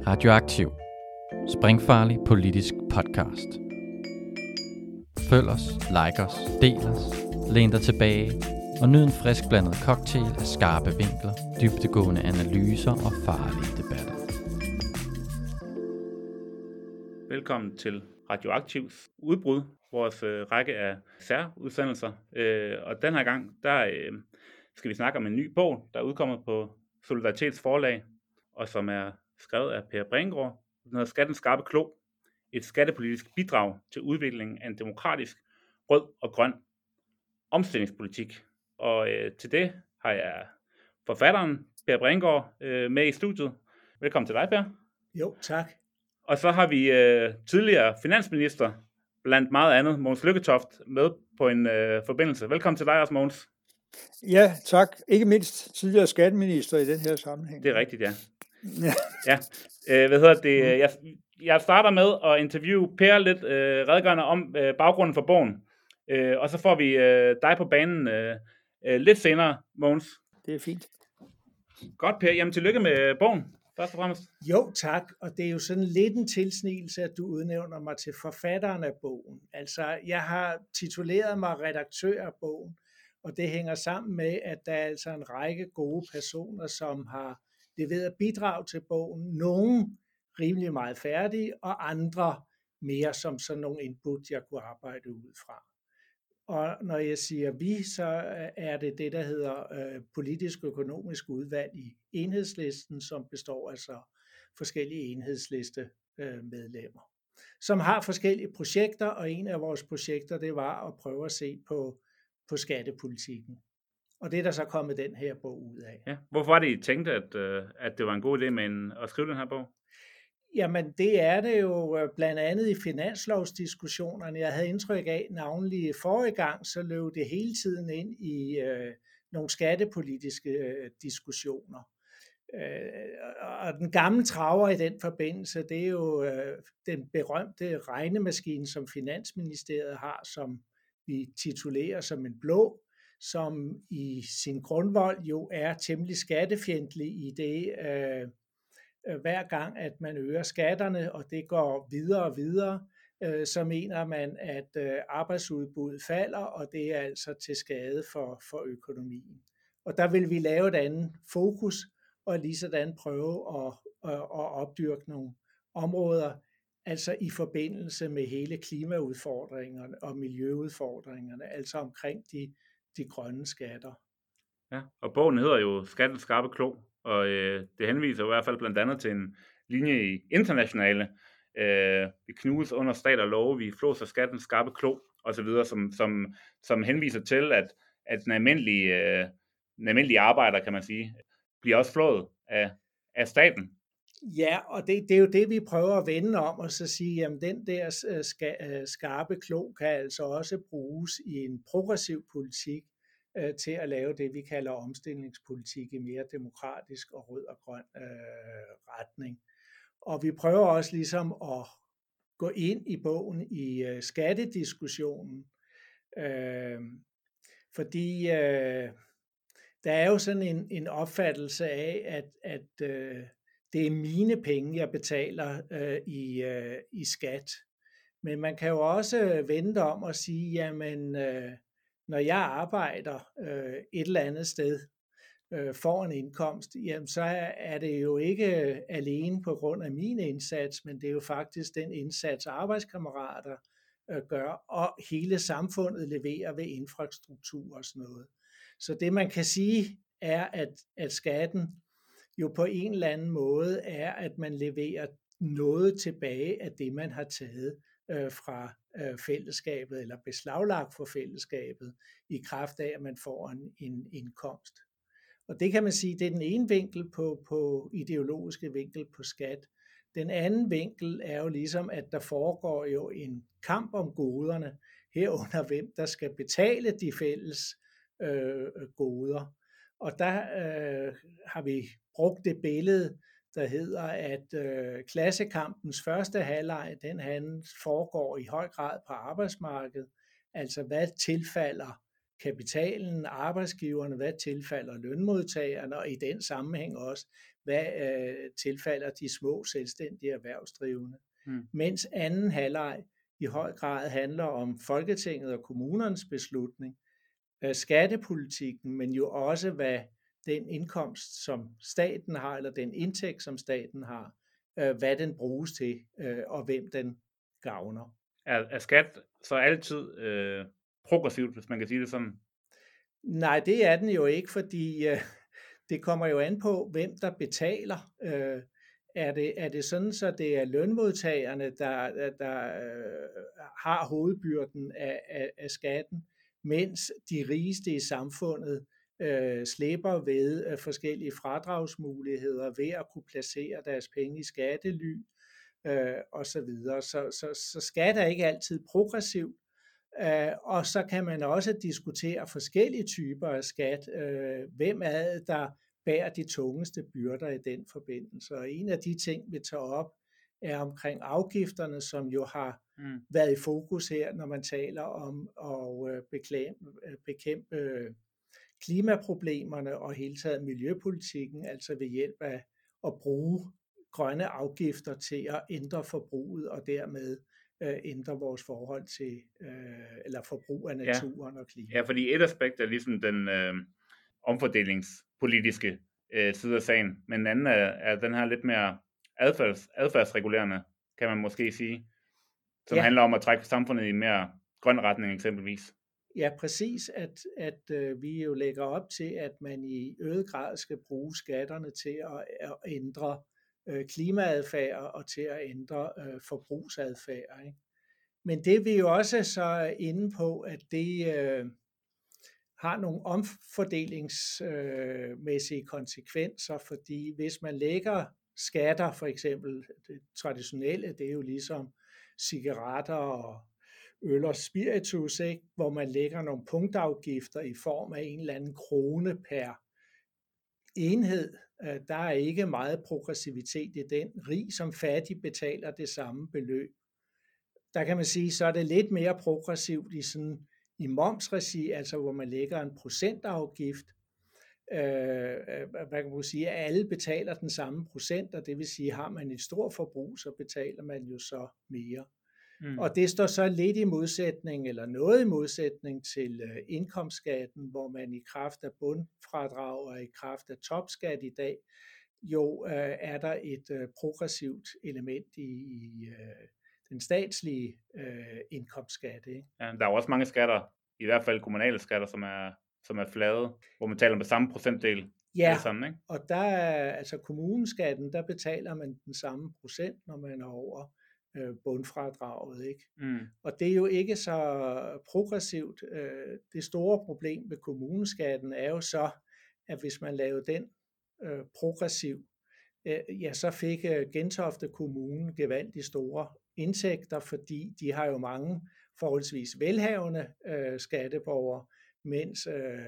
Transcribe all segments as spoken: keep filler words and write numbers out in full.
Radioaktiv. Springfarlig politisk podcast. Følg os, like os, del os, læn dig tilbage og nyd en frisk blandet cocktail af skarpe vinkler, dybdegående analyser og farlige debatter. Velkommen til Radioaktivs udbrud, vores øh, række af særudsendelser. Øh, og den her gang, der øh, skal vi snakke om en ny bog, der er udkommet på Solidaritets forlag, og som er skrevet af Per Bringgård. Den hedder Skattens skarpe klo. Et skattepolitisk bidrag til udviklingen af en demokratisk, rød og grøn omstillingspolitik. Og øh, til det har jeg forfatteren Per Bringgård øh, med i studiet. Velkommen til dig, Per. Jo, tak. Og så har vi øh, tidligere finansminister, blandt meget andet, Mogens Lykketoft, med på en øh, forbindelse. Velkommen til dig også, Mogens. Ja, tak. Ikke mindst tidligere skatteminister i den her sammenhæng. Det er rigtigt, ja. Ja. ja. Øh, hvad hedder det? Jeg, jeg starter med at interviewe Per lidt øh, redegørende om øh, baggrunden for bogen. Øh, og så får vi øh, dig på banen øh, øh, lidt senere, Mogens. Det er fint. Godt, Per. Jamen, tillykke med bogen, først og fremmest. Jo, tak. Og det er jo sådan lidt en tilsnigelse, at du udnævner mig til forfatteren af bogen. Altså, jeg har tituleret mig redaktør af bogen, og det hænger sammen med, at der er altså en række gode personer, som har leveret bidrag til bogen. Nogle rimelig meget færdige, og andre mere som sådan nogle input, jeg kunne arbejde ud fra. Og når jeg siger vi, så er det det, der hedder øh, politisk økonomisk udvalg i Enhedslisten, som består af så forskellige enhedsliste øh, medlemmer, som har forskellige projekter, og en af vores projekter, det var at prøve at se på, på skattepolitikken. Og det er der så kommet den her bog ud af. Ja. Hvorfor var det, I tænkte, at, øh, at det var en god idé med en, at skrive den her bog? Jamen det er det jo blandt andet i finanslovsdiskussionerne. Jeg havde indtryk af, navnlig forrige gang, så løb det hele tiden ind i øh, nogle skattepolitiske øh, diskussioner. Øh, og den gamle traver i den forbindelse, det er jo øh, den berømte regnemaskine, som Finansministeriet har, som vi titulerer som en blå, som i sin grundvold jo er temmelig skattefjendtlig i det, øh, hver gang, at man øger skatterne, og det går videre og videre, øh, så mener man, at øh, arbejdsudbuddet falder, og det er altså til skade for, for økonomien. Og der vil vi lave et andet fokus, og lige sådan prøve at, at, at opdyrke nogle områder, altså i forbindelse med hele klimaudfordringerne og miljøudfordringerne, altså omkring de, de grønne skatter. Ja, og bogen hedder jo Skattens skarpe klo, og øh, det henviser i hvert fald blandt andet til en linje i internationale. Øh, vi knudes under stat og love, vi flåser skattens skarpe klo, osv., som, som, som henviser til, at, at den almindelige, øh, den almindelige arbejder, kan man sige, bliver også flået af, af staten. Ja, og det, det er jo det, vi prøver at vende om, og så sige, jamen den der ska, skarpe klo kan altså også bruges i en progressiv politik, til at lave det, vi kalder omstillingspolitik i mere demokratisk og rød og grøn øh, retning. Og vi prøver også ligesom at gå ind i bogen i øh, skattediskussionen, øh, fordi øh, der er jo sådan en, en opfattelse af, at, at øh, det er mine penge, jeg betaler øh, i, øh, i skat. Men man kan jo også vende om og sige, jamen øh, når jeg arbejder øh, et eller andet sted, øh, får en indkomst, jamen så er det jo ikke alene på grund af min indsats, men det er jo faktisk den indsats, arbejdskammerater øh, gør, og hele samfundet leverer ved infrastruktur og sådan noget. Så det man kan sige er, at, at skatten jo på en eller anden måde er, at man leverer noget tilbage af det, man har taget øh, fra fællesskabet eller beslaglagt for fællesskabet i kraft af, at man får en, en indkomst. Og det kan man sige, det er den ene vinkel på, på ideologiske vinkel på skat. Den anden vinkel er jo ligesom, at der foregår jo en kamp om goderne, herunder hvem der skal betale de fælles øh, goder. Og der øh, har vi brugt det billede, der hedder, at øh, klassekampens første halvleg, den handel foregår i høj grad på arbejdsmarkedet. Altså hvad tilfalder kapitalen, arbejdsgiverne, hvad tilfalder lønmodtagerne, og i den sammenhæng også, hvad øh, tilfalder de små selvstændige erhvervsdrivende. Mm. Mens anden halvleg i høj grad handler om Folketinget og kommunernes beslutning, øh, skattepolitikken, men jo også hvad den indkomst, som staten har, eller den indtægt, som staten har, øh, hvad den bruges til, øh, og hvem den gavner. Er, er skat så altid øh, progressivt, hvis man kan sige det sådan? Nej, det er den jo ikke, fordi øh, det kommer jo an på, hvem der betaler. Øh, er, det, er det sådan, så det er lønmodtagerne, der, der øh, har hovedbyrden af, af, af skatten, mens de rigeste i samfundet øh, slipper ved øh, forskellige fradragsmuligheder, ved at kunne placere deres penge i skattely øh, og så videre. Så, så, så skat er ikke altid progressiv. Uh, og så kan man også diskutere forskellige typer af skat. Uh, hvem er det, der bærer de tungeste byrder i den forbindelse? Og en af de ting, vi tager op, er omkring afgifterne, som jo har mm. været i fokus her, når man taler om at bekæmpe, bekæmpe klimaproblemerne og hele taget miljøpolitikken, altså ved hjælp af at bruge grønne afgifter til at ændre forbruget og dermed ændre vores forhold til, øh, eller forbrug af naturen ja. og klima. Ja, fordi et aspekt er ligesom den øh, omfordelingspolitiske øh, side af sagen, men en anden er, er den her lidt mere adfærds, adfærdsregulerende, kan man måske sige, som ja. handler om at trække samfundet i en mere grøn retning eksempelvis. Ja, præcis, at, at øh, vi jo lægger op til, at man i øget grad skal bruge skatterne til at, at ændre klimaadfærd og til at ændre øh, forbrugsadfærd. Ikke? Men det vi jo også så er inde på, at det øh, har nogle omfordelingsmæssige øh, konsekvenser, fordi hvis man lægger skatter, for eksempel det traditionelle, det er jo ligesom cigaretter og øl og spiritus, ikke? Hvor man lægger nogle punktafgifter i form af en eller anden krone per enhed. Der er ikke meget progressivitet i den. Rig som fattig betaler det samme beløb. Der kan man sige, så er det lidt mere progressivt i, sådan, i momsregi, altså hvor man lægger en procentafgift. Øh, hvad kan man sige, at alle betaler den samme procent, og det vil sige, har man et stort forbrug, så betaler man jo så mere. Mm. Og det står så lidt i modsætning, eller noget i modsætning til uh, indkomstskatten, hvor man i kraft af bundfradrag og i kraft af topskat i dag, jo uh, er der et uh, progressivt element i, i uh, den statslige uh, indkomstskat. Ikke? Ja, der er også mange skatter, i hvert fald kommunale skatter, som er, som er flade, hvor man taler med samme procentdel. Ja, sammen, ikke? Og der er altså kommuneskatten, der betaler man den samme procent, når man er over bundfradraget, ikke? Mm. Og det er jo ikke så progressivt. Det store problem med kommuneskatten er jo så, at hvis man lavede den progressiv, ja, så fik Gentofte Kommune gevaldigt store indtægter, fordi de har jo mange forholdsvis velhavende skatteborgere, mens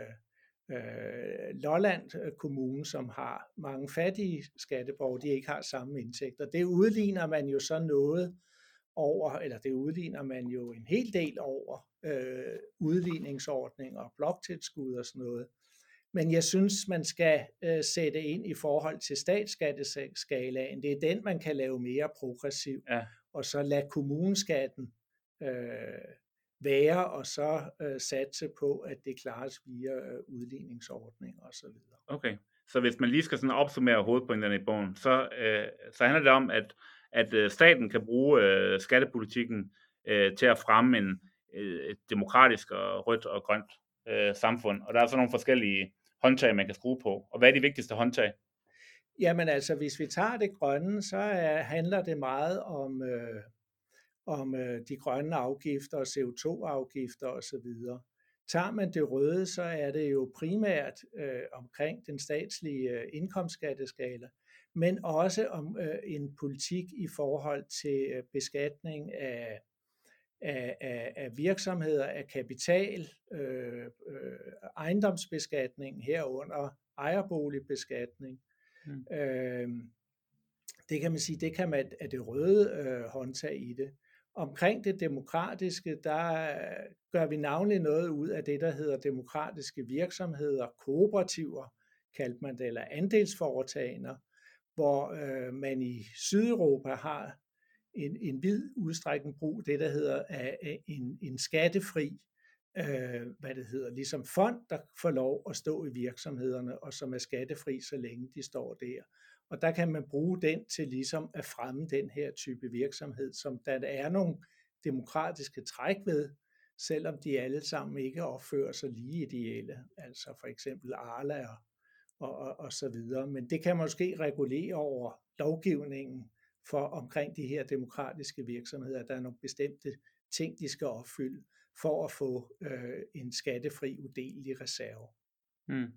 Lolland Kommune, som har mange fattige skatteborgere, de ikke har samme indtægter. Det udligner man jo så noget over, eller det udligner man jo en hel del over øh, udligningsordninger og bloktilskud og sådan noget. Men jeg synes, man skal øh, sætte ind i forhold til statsskatteskalaen. Det er den, man kan lave mere progressiv, ja. Og så lade kommuneskatten øh, være, og så øh, satse på, at det klares via øh, udligningsordninger osv. Okay, så hvis man lige skal sådan opsummere hovedpointerne i bogen, så, øh, så handler det om, at, at øh, staten kan bruge øh, skattepolitikken øh, til at fremme en, øh, et demokratisk og rødt og grønt øh, samfund, og der er så nogle forskellige håndtag, man kan skrue på. Og hvad er de vigtigste håndtag? Jamen altså, hvis vi tager det grønne, så er, handler det meget om... Øh, om øh, de grønne afgifter og C O to afgifter osv. Tager man det røde, så er det jo primært øh, omkring den statslige øh, indkomstskatteskala, men også om øh, en politik i forhold til øh, beskatning af, af, af, af virksomheder, af kapital, øh, øh, ejendomsbeskatning, herunder ejerboligbeskatning. Mm. Øh, det kan man sige, det kan man, er det røde øh, håndtag i det. Omkring det demokratiske, der gør vi navnlig noget ud af det, der hedder demokratiske virksomheder, kooperativer, kaldte man det, eller andelsforetagender, hvor øh, man i Sydeuropa har en, en vid udstrækning brug det, der hedder af en, en skattefri, øh, hvad det hedder, ligesom fond, der får lov at stå i virksomhederne, og som er skattefri, så længe de står der. Og der kan man bruge den til ligesom at fremme den her type virksomhed, som der er nogle demokratiske træk ved, selvom de alle sammen ikke opfører sig lige ideelle, altså for eksempel Arla og, og, og, og så videre. Men det kan måske regulere over lovgivningen for omkring de her demokratiske virksomheder. Der er nogle bestemte ting, de skal opfylde for at få øh, en skattefri udelig reserve. Hmm.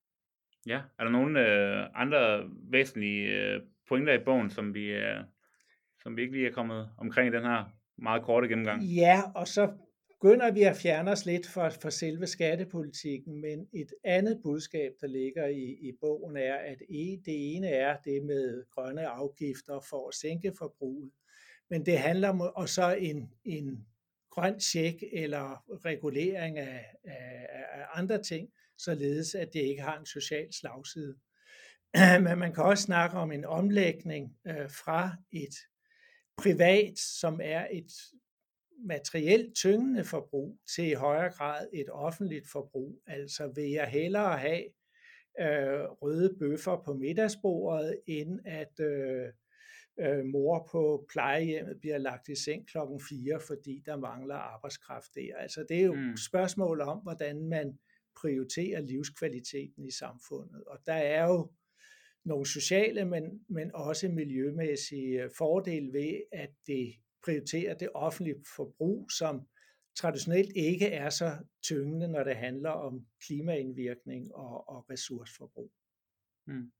Ja, er der nogle øh, andre væsentlige øh, pointer i bogen, som vi, øh, som vi ikke lige er kommet omkring i den her meget korte gennemgang? Ja, og så begynder vi at fjerne os lidt fra, fra selve skattepolitikken, men et andet budskab, der ligger i, i bogen, er, at det ene er det med grønne afgifter for at sænke forbruget, men det handler om og så en, en grøn check eller regulering af, af, af andre ting, således at det ikke har en social slagside. Men man kan også snakke om en omlægning øh, fra et privat, som er et materielt tyngende forbrug, til i højere grad et offentligt forbrug. Altså vil jeg hellere have øh, røde bøffer på middagsbordet, end at øh, øh, mor på plejehjemmet bliver lagt i seng klokken fire, fordi der mangler arbejdskraft der. Altså det er jo mm. spørgsmål om, hvordan man prioriterer livskvaliteten i samfundet. Og der er jo nogle sociale, men, men også miljømæssige fordele ved, at det prioriterer det offentlige forbrug, som traditionelt ikke er så tyngende, når det handler om klimaindvirkning og, og ressourceforbrug. Mm.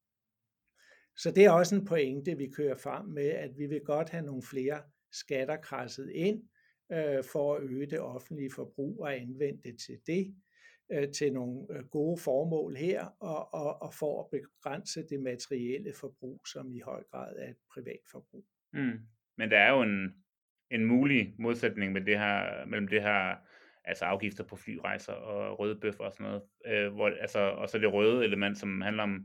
Så det er også en pointe, vi kører frem med, at vi vil godt have nogle flere skatter kradset ind, øh, for at øge det offentlige forbrug og anvende det til det, øh, til nogle gode formål her, og, og, og for at begrænse det materielle forbrug, som i høj grad er et privat forbrug. Mm. Men der er jo en, en mulig modsætning med det her, mellem det her, altså afgifter på flyrejser og røde bøffer og sådan noget, øh, hvor, altså, og så det røde element, som handler om,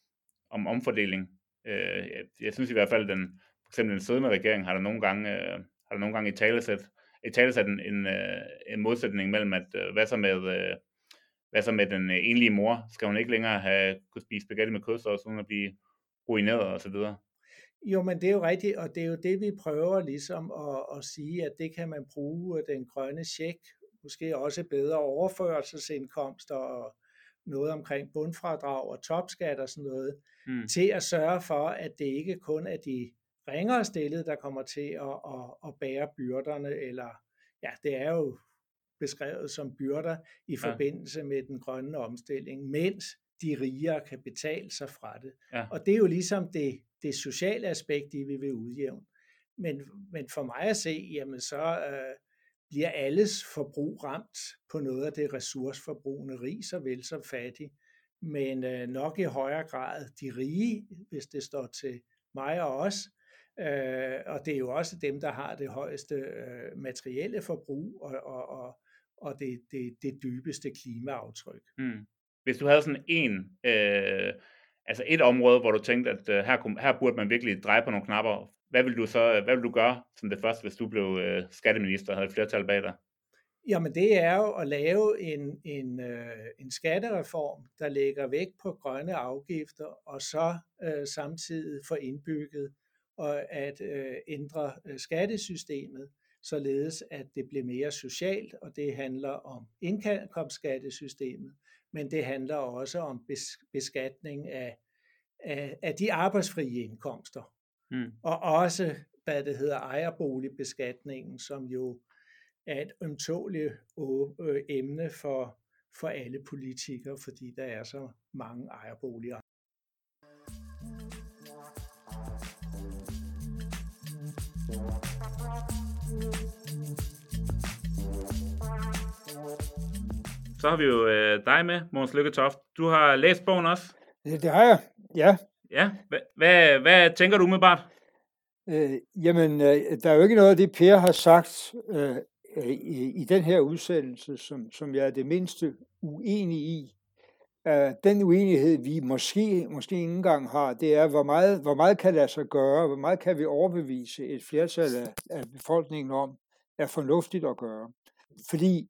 om omfordeling. Øh, jeg, jeg synes i hvert fald, den, for eksempel den siddende regering har der nogle gange, øh, har der nogle gange i talesæt, i talesæt en, en, en modsætning mellem, at øh, hvad så med, øh, hvad så med den øh, enlige mor? Skal hun ikke længere have kunne spise spaghetti med kødsovs, uden at blive ruineret og så videre? Jo, men det er jo rigtigt, og det er jo det, vi prøver ligesom at, at sige, at det kan man bruge den grønne check, måske også bedre overførselsindkomster og noget omkring bundfradrag og topskat og sådan noget, hmm. til at sørge for, at det ikke kun er de ringere stillede, der kommer til at, at, at bære byrderne, eller ja, det er jo beskrevet som byrder i forbindelse med den grønne omstilling, mens de rigere kan betale sig fra det. Ja. Og det er jo ligesom det, det sociale aspekt, de vi vil udjævne. Men, men for mig at se, jamen så øh, bliver alles forbrug ramt på noget af det ressourceforbrugende, rig såvel som fattig, men øh, nok i højere grad de rige, hvis det står til mig og os. Øh, og det er jo også dem, der har det højeste øh, materielle forbrug og, og, og, og det, det, det dybeste klimaaftryk. Mm. Hvis du havde sådan en, øh, altså et område, hvor du tænkte, at øh, her, her burde man virkelig dreje på nogle knapper, hvad vil du så, hvad vil du gøre som det første, hvis du blev øh, skatteminister og havde et flertal bag dig? Jamen det er jo at lave en, en, øh, en skattereform, der lægger vægt på grønne afgifter, og så øh, samtidig få indbygget og at øh, ændre øh, skattesystemet, således at det bliver mere socialt, og det handler om indkomstskattesystemet, men det handler også om beskatning af, af, af de arbejdsfrie indkomster. Mm. Og også, hvad det hedder, ejerboligbeskatningen, som jo er et ømtåligt emne for, for alle politikere, fordi der er så mange ejerboliger. Så har vi jo øh, dig med, Mogens Lykketoft. Du har læst bogen også? Det, det har jeg, ja. Ja, hvad, hvad, hvad tænker du umiddelbart? Øh, jamen, øh, der er jo ikke noget af det, Per har sagt øh, i, i den her udsendelse, som, som jeg er det mindste uenig i. Uh, den uenighed, vi måske, måske ikke engang har, det er, hvor meget, hvor meget kan lade sig gøre, hvor meget kan vi overbevise et flertal af, af befolkningen om, er fornuftigt at gøre. Fordi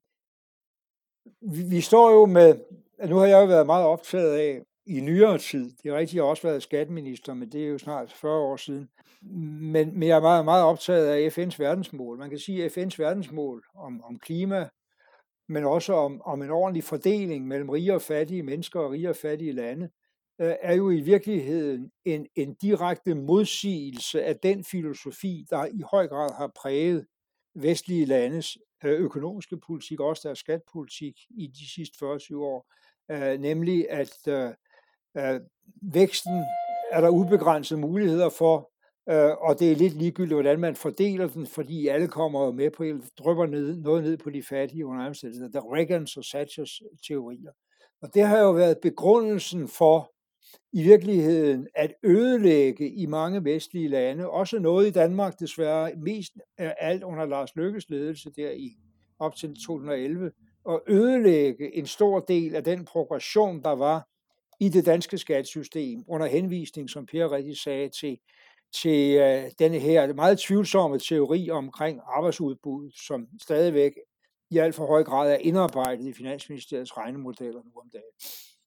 vi, vi står jo med, nu har jeg jo været meget optaget af i nyere tid, det er rigtigt, jeg har også været skatteminister, men det er jo snart fyrre år siden, men, men jeg er meget, meget optaget af F N's verdensmål. Man kan sige, at F N's verdensmål om, om klima, men også om, om en ordentlig fordeling mellem rige og fattige mennesker og rige og fattige lande, øh, er jo i virkeligheden en, en direkte modsigelse af den filosofi, der i høj grad har præget vestlige landes øh, økonomiske politik, også deres skattepolitik i de sidste fyrre til tyve år, øh, nemlig at øh, øh, væksten er der ubegrænsede muligheder for, Uh, og det er lidt ligegyldigt, hvordan man fordeler den, fordi alle kommer med på, drypper ned, noget ned på de fattige under omstændigheder. Der er Reagans og Thatchers teorier. Og det har jo været begrundelsen for i virkeligheden at ødelægge i mange vestlige lande, også noget i Danmark desværre, mest af alt under Lars Løkkes ledelse der i op til to tusind og elleve, og ødelægge en stor del af den progression, der var i det danske skattesystem, under henvisning, som Per rigtig sagde, til til øh, denne her meget tvivlsomme teori omkring arbejdsudbud, som stadigvæk i alt for høj grad er indarbejdet i Finansministeriets regnemodeller nu om dagen.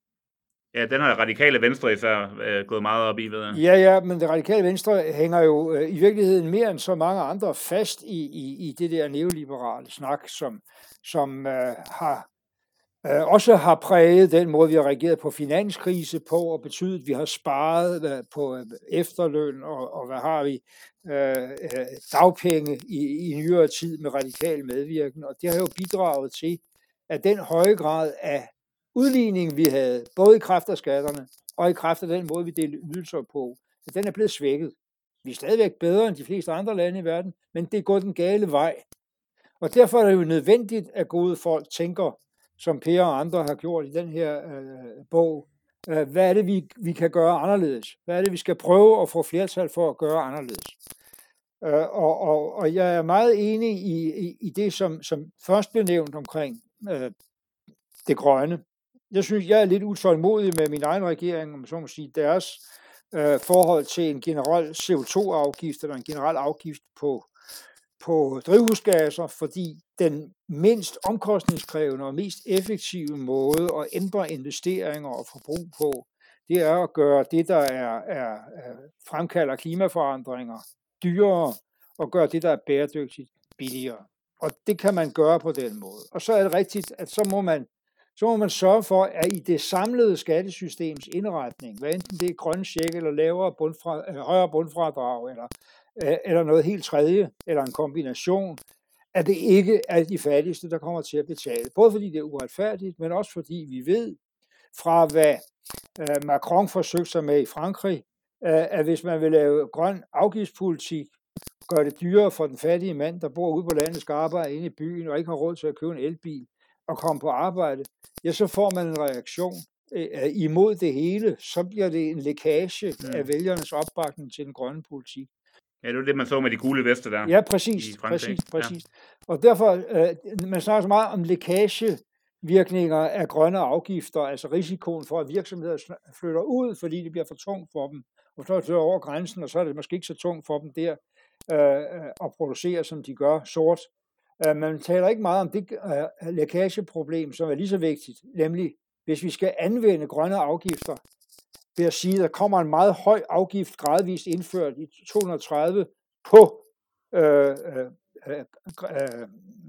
Ja, den har Radikale Venstre især øh, gået meget op i, ved jeg. Ja, ja, men det Radikale Venstre hænger jo øh, i virkeligheden mere end så mange andre fast i, i, i det der neoliberale snak, som, som øh, har Øh, også har præget den måde, vi har reageret på finanskrise på, og betydet, at vi har sparet øh, på øh, efterløn, og, og hvad har vi, øh, øh, dagpenge i, i nyere tid med radikal medvirken. Og det har jo bidraget til, at den høje grad af udligning, vi havde, både i kraft af skatterne, og i kraft af den måde, vi delte ydelser på, at den er blevet svækket. Vi er stadigvæk bedre end de fleste andre lande i verden, men det er gået den gale vej. Og derfor er det jo nødvendigt, at gode folk tænker, som Per og andre har gjort i den her øh, bog. Øh, hvad er det, vi, vi kan gøre anderledes? Hvad er det, vi skal prøve at få flertal for at gøre anderledes? Øh, og, og, og jeg er meget enig i, i, i det, som, som først blev nævnt omkring øh, det grønne. Jeg synes, jeg er lidt utålmodig med min egen regering, om så må sige, deres øh, forhold til en generel C O to afgift, eller en generel afgift på på drivhusgasser, fordi den mindst omkostningskrævende og mest effektive måde at ændre investeringer og forbrug på, det er at gøre det, der er, er, er fremkalder klimaforandringer dyrere, og gøre det, der er bæredygtigt billigere. Og det kan man gøre på den måde. Og så er det rigtigt, at så må man, så må man sørge for, at i det samlede skattesystems indretning, hvad enten det er grønne check eller lavere bundfra, højere bundfradrag, eller eller noget helt tredje, eller en kombination, at det ikke er de fattigste, der kommer til at betale. Både fordi det er uretfærdigt, men også fordi vi ved, fra hvad Macron forsøgte sig med i Frankrig, at hvis man vil lave grøn afgiftspolitik, gør det dyrere for den fattige mand, der bor ude på landet, skal arbejde inde i byen, og ikke har råd til at købe en elbil og komme på arbejde, ja, så får man en reaktion imod det hele. Så bliver det en lækage af vælgernes opbakning til den grønne politik. Ja, det er det, man så med de gule veste der. Ja, præcis, præcis, præcis. Ja. Og derfor, øh, man snakker så meget om lækagevirkninger af grønne afgifter, altså risikoen for, at virksomheder flytter ud, fordi det bliver for tungt for dem, og så flytter over grænsen, og så er det måske ikke så tungt for dem der øh, at producere, som de gør, sort. Øh, man taler ikke meget om det øh, lækageproblem, som er lige så vigtigt, nemlig hvis vi skal anvende grønne afgifter, ved at sige, at der kommer en meget høj afgift gradvist indført i to tusind og tredive på øh, øh, øh, øh,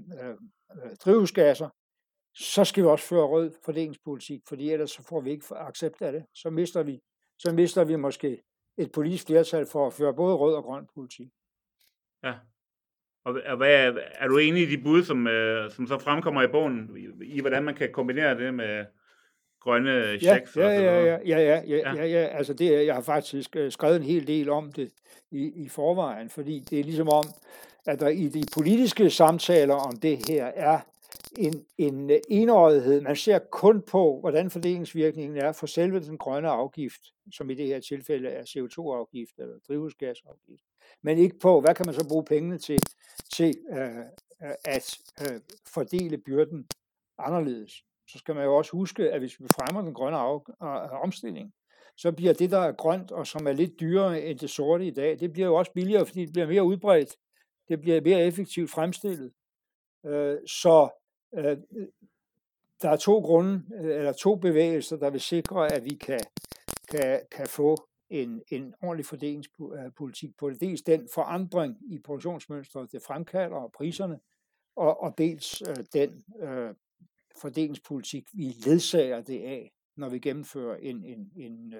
øh, drivhusgasser, så skal vi også føre rød fordelingspolitik, fordi ellers så får vi ikke accept af det. Så mister vi, så mister vi måske et politisk flertal for at føre både rød og grøn politik. Ja. Og hvad er, er du enig i de bud, som, øh, som så fremkommer i bogen, i, i hvordan man kan kombinere det med grønne checks? Ja, ja, ja, ja, ja, ja, ja, ja, altså det, jeg har faktisk skrevet en hel del om det i, i forvejen, fordi det er ligesom om, at der i de politiske samtaler om det her er en, en enøjethed. Man ser kun på, hvordan fordelingsvirkningen er for selve den grønne afgift, som i det her tilfælde er C O to afgift eller drivhusgasafgift. men ikke på, hvad kan man så bruge pengene til, til øh, at øh, fordele byrden anderledes. Så skal man jo også huske, at hvis vi fremmer den grønne af, øh, omstilling, så bliver det, der er grønt, og som er lidt dyrere end det sorte i dag, det bliver jo også billigere, fordi det bliver mere udbredt. Det bliver mere effektivt fremstillet. Øh, så øh, der er to grunde, eller to bevægelser, der vil sikre, at vi kan, kan, kan få en, en ordentlig fordelingspolitik på det. Dels den forandring i produktionsmønstret, det fremkalder, og priserne, og, og dels øh, den øh, fordelingspolitik, vi ledsager det af, når vi gennemfører en, en, en,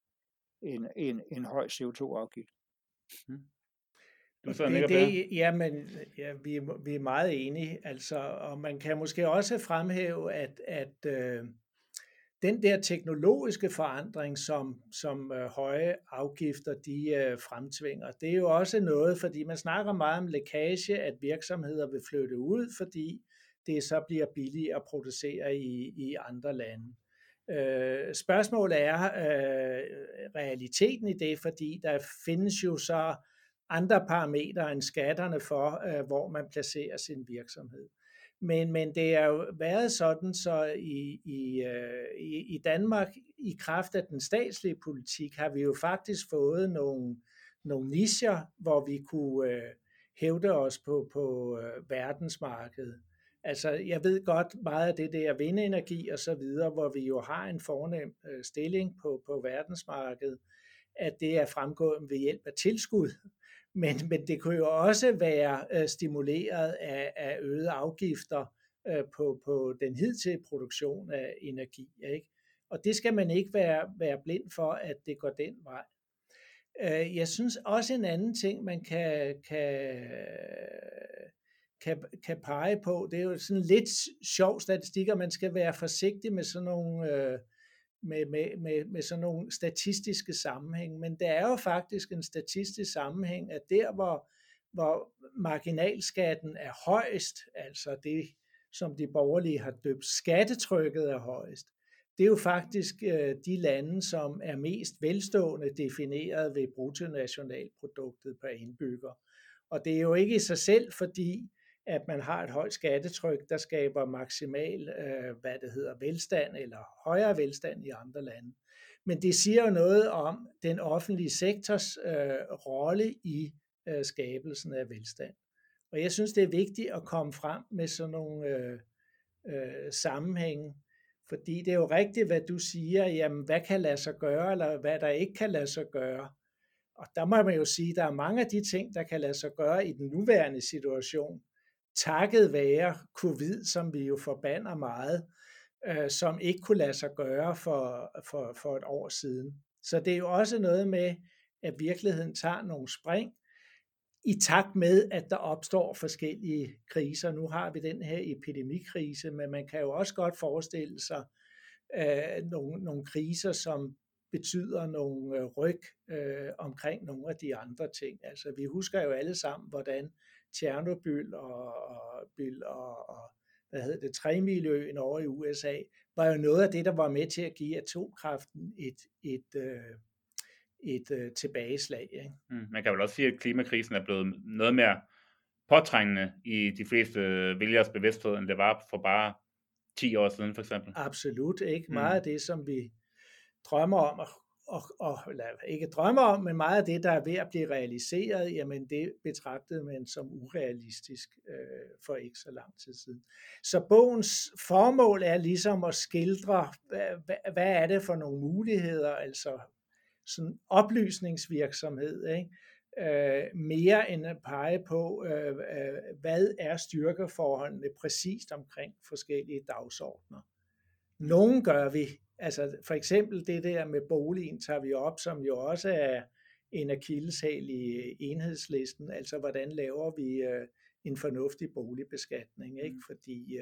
en, en, en høj C O to afgift. Hmm. Du så det, det, jamen, ja, vi, er, vi er meget enige, altså, og man kan måske også fremhæve, at, at øh, den der teknologiske forandring, som, som øh, høje afgifter de øh, fremtvinger, det er jo også noget, fordi man snakker meget om lækage, at virksomheder vil flytte ud, fordi det så bliver billigere at producere i, i andre lande. Øh, spørgsmålet er øh, realiteten i det, fordi der findes jo så andre parametre end skatterne for, øh, hvor man placerer sin virksomhed. Men, men det er jo været sådan, så i, i, øh, i Danmark, i kraft af den statslige politik, har vi jo faktisk fået nogle, nogle nicher, hvor vi kunne øh, hævde os på, på øh, verdensmarkedet. Altså, jeg ved godt meget af det der vindenergi og så videre, hvor vi jo har en fornem øh, stilling på, på verdensmarkedet, at det er fremgået ved hjælp af tilskud. Men, men det kunne jo også være øh, stimuleret af, af øgede afgifter øh, på, på den hidtidige produktion af energi, ikke? Og det skal man ikke være, være blind for, at det går den vej. Øh, jeg synes også en anden ting, man kan, kan, kan, kan pege på, det er jo sådan lidt sjov statistik, og man skal være forsigtig med sådan nogle... Øh, Med, med, med, med sådan nogle statistiske sammenhæng, men der er jo faktisk en statistisk sammenhæng, at der, hvor, hvor marginalskatten er højst, altså det, som de borgerlige har døbt skattetrykket er højst, det er jo faktisk øh, de lande, som er mest velstående defineret ved bruttonationalproduktet per indbygger. Og det er jo ikke i sig selv, fordi at man har et højt skattetryk, der skaber maksimal, øh, hvad det hedder, velstand eller højere velstand i andre lande. Men det siger jo noget om den offentlige sektors øh, rolle i øh, skabelsen af velstand. Og jeg synes, det er vigtigt at komme frem med sådan nogle øh, øh, sammenhænge, fordi det er jo rigtigt, hvad du siger, jamen hvad kan lade sig gøre, eller hvad der ikke kan lade sig gøre. Og der må man jo sige, at der er mange af de ting, der kan lade sig gøre i den nuværende situation, takket være covid, som vi jo forbander meget, øh, som ikke kunne lade sig gøre for, for, for et år siden. Så det er jo også noget med, at virkeligheden tager nogle spring, i takt med, at der opstår forskellige kriser. Nu har vi den her epidemikrise, men man kan jo også godt forestille sig øh, nogle, nogle kriser, som betyder nogle øh, ryg øh, omkring nogle af de andre ting. Altså vi husker jo alle sammen, hvordan Tjernobyl og, og, og, og hvad hedder det, Tremiløen over i U S A, var jo noget af det, der var med til at give atomkraften et, et, øh, et øh, tilbageslag. Ikke? Mm, man kan vel også sige, at klimakrisen er blevet noget mere påtrængende i de fleste vælgeres bevidsthed, end det var for bare ti år siden for eksempel. Absolut, ikke? Mm. Meget af det, som vi drømmer om, og, og, og eller ikke drømmer om, men meget af det, der er ved at blive realiseret, jamen det betragtede man som urealistisk øh, for ikke så lang tid siden. Så bogens formål er ligesom at skildre, hvad, hvad er det for nogle muligheder, altså sådan oplysningsvirksomhed, ikke? Øh, mere end at pege på, øh, øh, hvad er styrkeforholdene præcist omkring forskellige dagsordner. Nogle gør vi, altså for eksempel det der med boligen tager vi op, som jo også er en akilleshæl i enhedslisten, altså hvordan laver vi øh, en fornuftig boligbeskatning, ikke? Fordi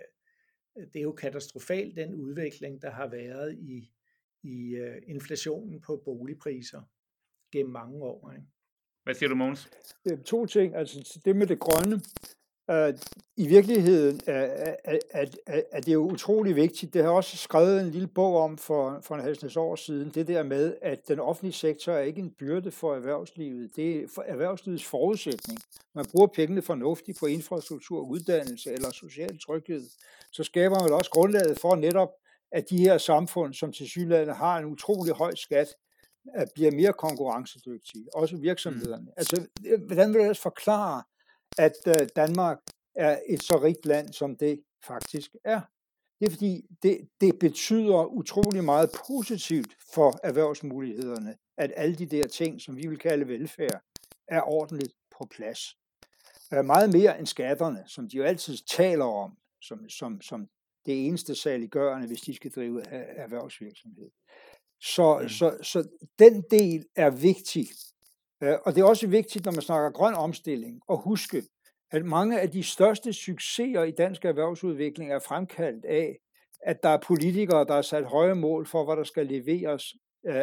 øh, det er jo katastrofalt den udvikling, der har været i, i øh, inflationen på boligpriser gennem mange år, ikke? Hvad siger du, Mogens? To ting, altså det med det grønne, Øh, I virkeligheden er, er, er, er det jo utrolig vigtigt. Det har jeg også skrevet en lille bog om for, for en halvsnes år siden. Det der med, at den offentlige sektor er ikke en byrde for erhvervslivet. Det er for erhvervslivets forudsætning. Man bruger pengene fornuftigt på infrastruktur, uddannelse eller social tryghed. Så skaber man også grundlaget for netop, at de her samfund, som tilsyneladende har en utrolig høj skat, bliver mere konkurrencedygtige. Også virksomhederne. Mm. Altså, hvordan vil jeg også forklare, at Danmark er et så rigt land, som det faktisk er? Det er fordi, det, det betyder utrolig meget positivt for erhvervsmulighederne, at alle de der ting, som vi vil kalde velfærd, er ordentligt på plads. Meget mere end skatterne, som de jo altid taler om, som, som, som det eneste saliggørende, hvis de skal drive erhvervsvirksomhed. Så, mm. så, så den del er vigtig. Og det er også vigtigt, når man snakker grøn omstilling, at huske, at mange af de største succeser i dansk erhvervsudvikling er fremkaldt af, at der er politikere, der har sat høje mål for, hvad der skal leveres øh,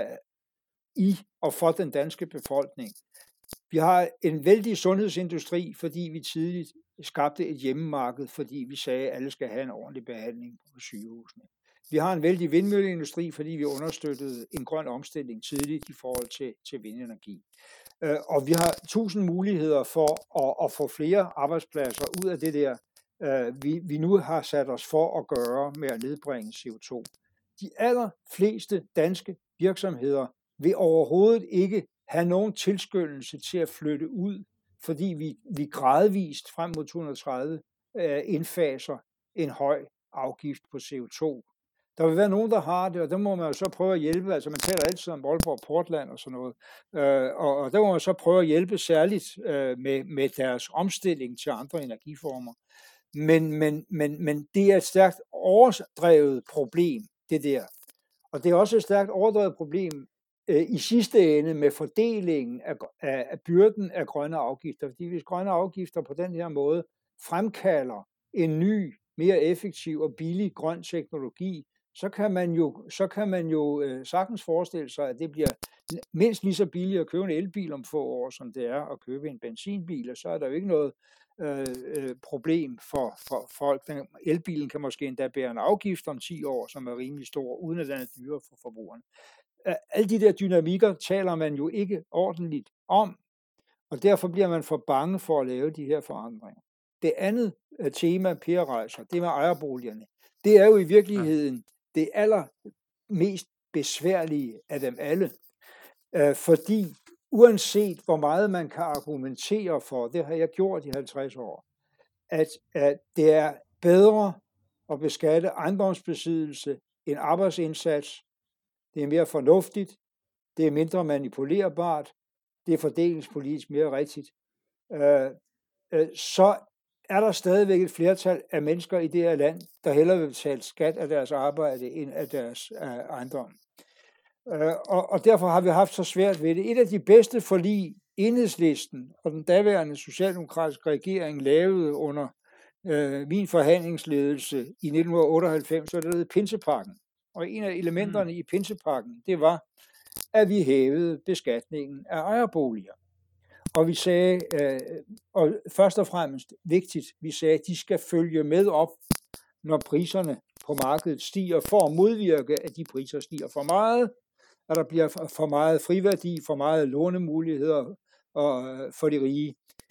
i og for den danske befolkning. Vi har en vældig sundhedsindustri, fordi vi tidligt skabte et hjemmemarked, fordi vi sagde, at alle skal have en ordentlig behandling på sygehusene. Vi har en vældig vindmølleindustri, fordi vi understøttede en grøn omstilling tidligt i forhold til, til vindenergi. Og vi har tusind muligheder for at, at få flere arbejdspladser ud af det der, vi, vi nu har sat os for at gøre med at nedbringe C O to. De allerfleste danske virksomheder vil overhovedet ikke have nogen tilskyndelse til at flytte ud, fordi vi, vi gradvist frem mod to tusind og tredive indfaser en høj afgift på C O to. Der vil være nogen, der har det, og der må man jo så prøve at hjælpe. Altså man taler altid om Aalborg Portland og sådan noget. Øh, og, og der må man så prøve at hjælpe særligt øh, med, med deres omstilling til andre energiformer. Men, men, men, men det er et stærkt overdrevet problem, det der. Og det er også et stærkt overdrevet problem øh, i sidste ende med fordelingen af, af, af byrden af grønne afgifter. Fordi hvis grønne afgifter på den her måde fremkalder en ny, mere effektiv og billig grøn teknologi, så kan man jo, så kan man jo øh, sagtens forestille sig, at det bliver mindst lige så billigt at købe en elbil om få år, som det er at købe en benzinbil, og så er der jo ikke noget øh, øh, problem for, for folk. Den, elbilen kan måske endda bære en afgift om ti år, som er rimelig stor, uden at den er dyrere for forbrugerne. Alle de der dynamikker taler man jo ikke ordentligt om, og derfor bliver man for bange for at lave de her forandringer. Det andet tema, Per rejser, det med ejerboligerne, det er jo i virkeligheden det allermest besværlige af dem alle, øh, fordi uanset hvor meget man kan argumentere for, det har jeg gjort i halvtreds år, at, at det er bedre at beskatte ejendomsbesiddelse end arbejdsindsats, det er mere fornuftigt, det er mindre manipulerbart, det er fordelingspolitisk mere rigtigt, øh, øh, så er der stadigvæk et flertal af mennesker i det her land, der hellere vil betale skat af deres arbejde end af deres uh, ejendom. Uh, og, og derfor har vi haft så svært ved det. Et af de bedste forlig, Enhedslisten og den daværende socialdemokratiske regering lavede under uh, min forhandlingsledelse i nitten otteoghalvfems, så det hed Pinsepakken. Og en af elementerne mm. i Pinsepakken, det var, at vi hævede beskatningen af ejerboliger. Og vi sagde, øh, og først og fremmest vigtigt, vi sagde, at de skal følge med op, når priserne på markedet stiger, for at modvirke, at de priser stiger for meget, at der bliver for meget friværdi, for meget lånemuligheder og, for de rige,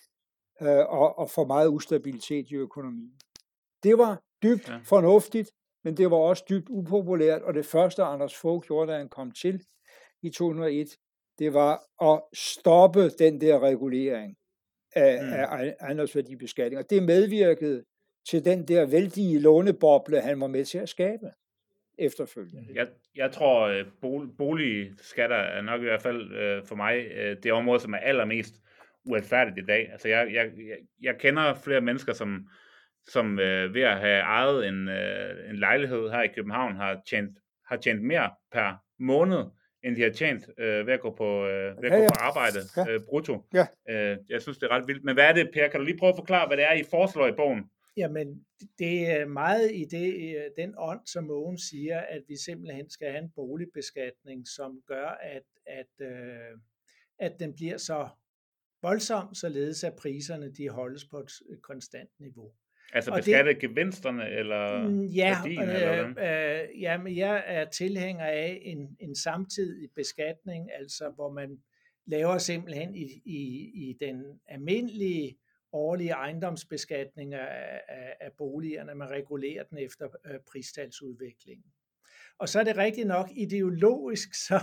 øh, og, og for meget ustabilitet i økonomien. Det var dybt ja. fornuftigt, men det var også dybt upopulært, og det første, Anders Fogh gjorde, da han kom til i to tusind og et, det var at stoppe den der regulering af, mm. af ejendomsværdibeskatning. Og det medvirkede til den der vældige låneboble, han var med til at skabe efterfølgende. Jeg, jeg tror, at boligskatter er nok i hvert fald øh, for mig øh, det område, som er allermest uretfærdigt i dag. Altså jeg, jeg, jeg, jeg kender flere mennesker, som, som øh, ved at have ejet en, øh, en lejlighed her i København, har tjent, har tjent mere per måned, end de har tjent øh, ved at gå på, øh, ved at ja, ja. gå på arbejde ja. øh, brutto. Ja. Øh, jeg synes, det er ret vildt. Men hvad er det, Per? Kan du lige prøve at forklare, hvad det er, I foreslår i bogen? Jamen, det er meget i det, den ånd, som Mogens siger, at vi simpelthen skal have en boligbeskatning, som gør, at, at, øh, at den bliver så voldsomt, således at priserne de holdes på et konstant niveau. Altså Og beskatte det, gevinsterne eller ja, værdien? Øh, eller øh, jamen, jeg er tilhænger af en, en samtidig beskatning, altså hvor man laver simpelthen i, i, i den almindelige årlige ejendomsbeskatning af, af, af boligerne, man regulerer den efter øh, pristalsudviklingen. Og så er det rigtigt nok, ideologisk, så,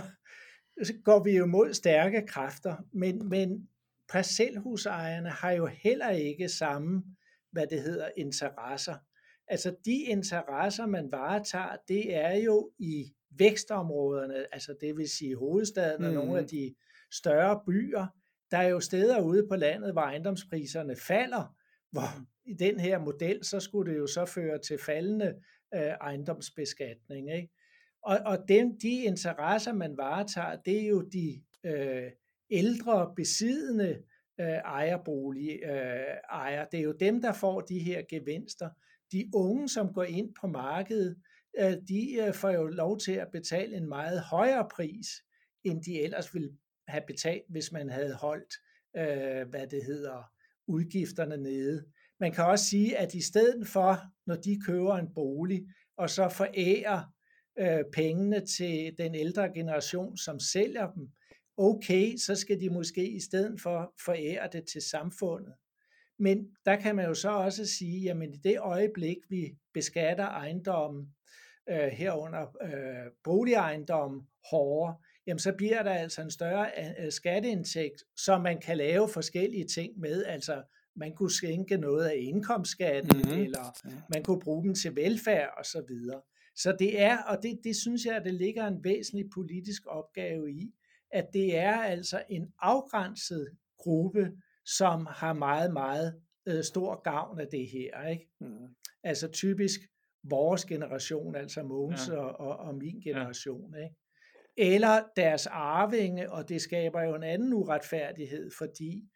så går vi jo mod stærke kræfter, men, men parcelhusejerne har jo heller ikke samme, hvad det hedder, interesser. Altså de interesser, man varetager, det er jo i vækstområderne, altså det vil sige hovedstaden mm. og nogle af de større byer. Der er jo steder ude på landet, hvor ejendomspriserne falder, hvor i den her model, så skulle det jo så føre til faldende øh, ejendomsbeskatning, ikke? Og, og dem, de interesser, man varetager, det er jo de øh, ældre besiddende øh, ejerbolig øh, ejer. Det er jo dem, der får de her gevinster. De unge, som går ind på markedet, øh, de øh, får jo lov til at betale en meget højere pris, end de ellers ville have betalt, hvis man havde holdt, øh, hvad det hedder, udgifterne nede. Man kan også sige, at i stedet for, når de køber en bolig, og så forærer øh, pengene til den ældre generation, som sælger dem, okay, så skal de måske i stedet for forære det til samfundet. Men der kan man jo så også sige, jamen i det øjeblik, vi beskatter ejendommen, øh, herunder øh, boligejendommen hårdere, jamen så bliver der altså en større øh, skatteindtægt, så man kan lave forskellige ting med. Altså man kunne skænke noget af indkomstskatten, mm-hmm. eller man kunne bruge dem til velfærd og så videre. Så det er, og det, det synes jeg, at det ligger en væsentlig politisk opgave i, at det er altså en afgrænset gruppe, som har meget, meget øh, stor gavn af det her, ikke? Mm. Altså typisk vores generation, altså Mogens ja. og, og, og min generation, ja. Ikke? Eller deres arvinge, og det skaber jo en anden uretfærdighed, fordi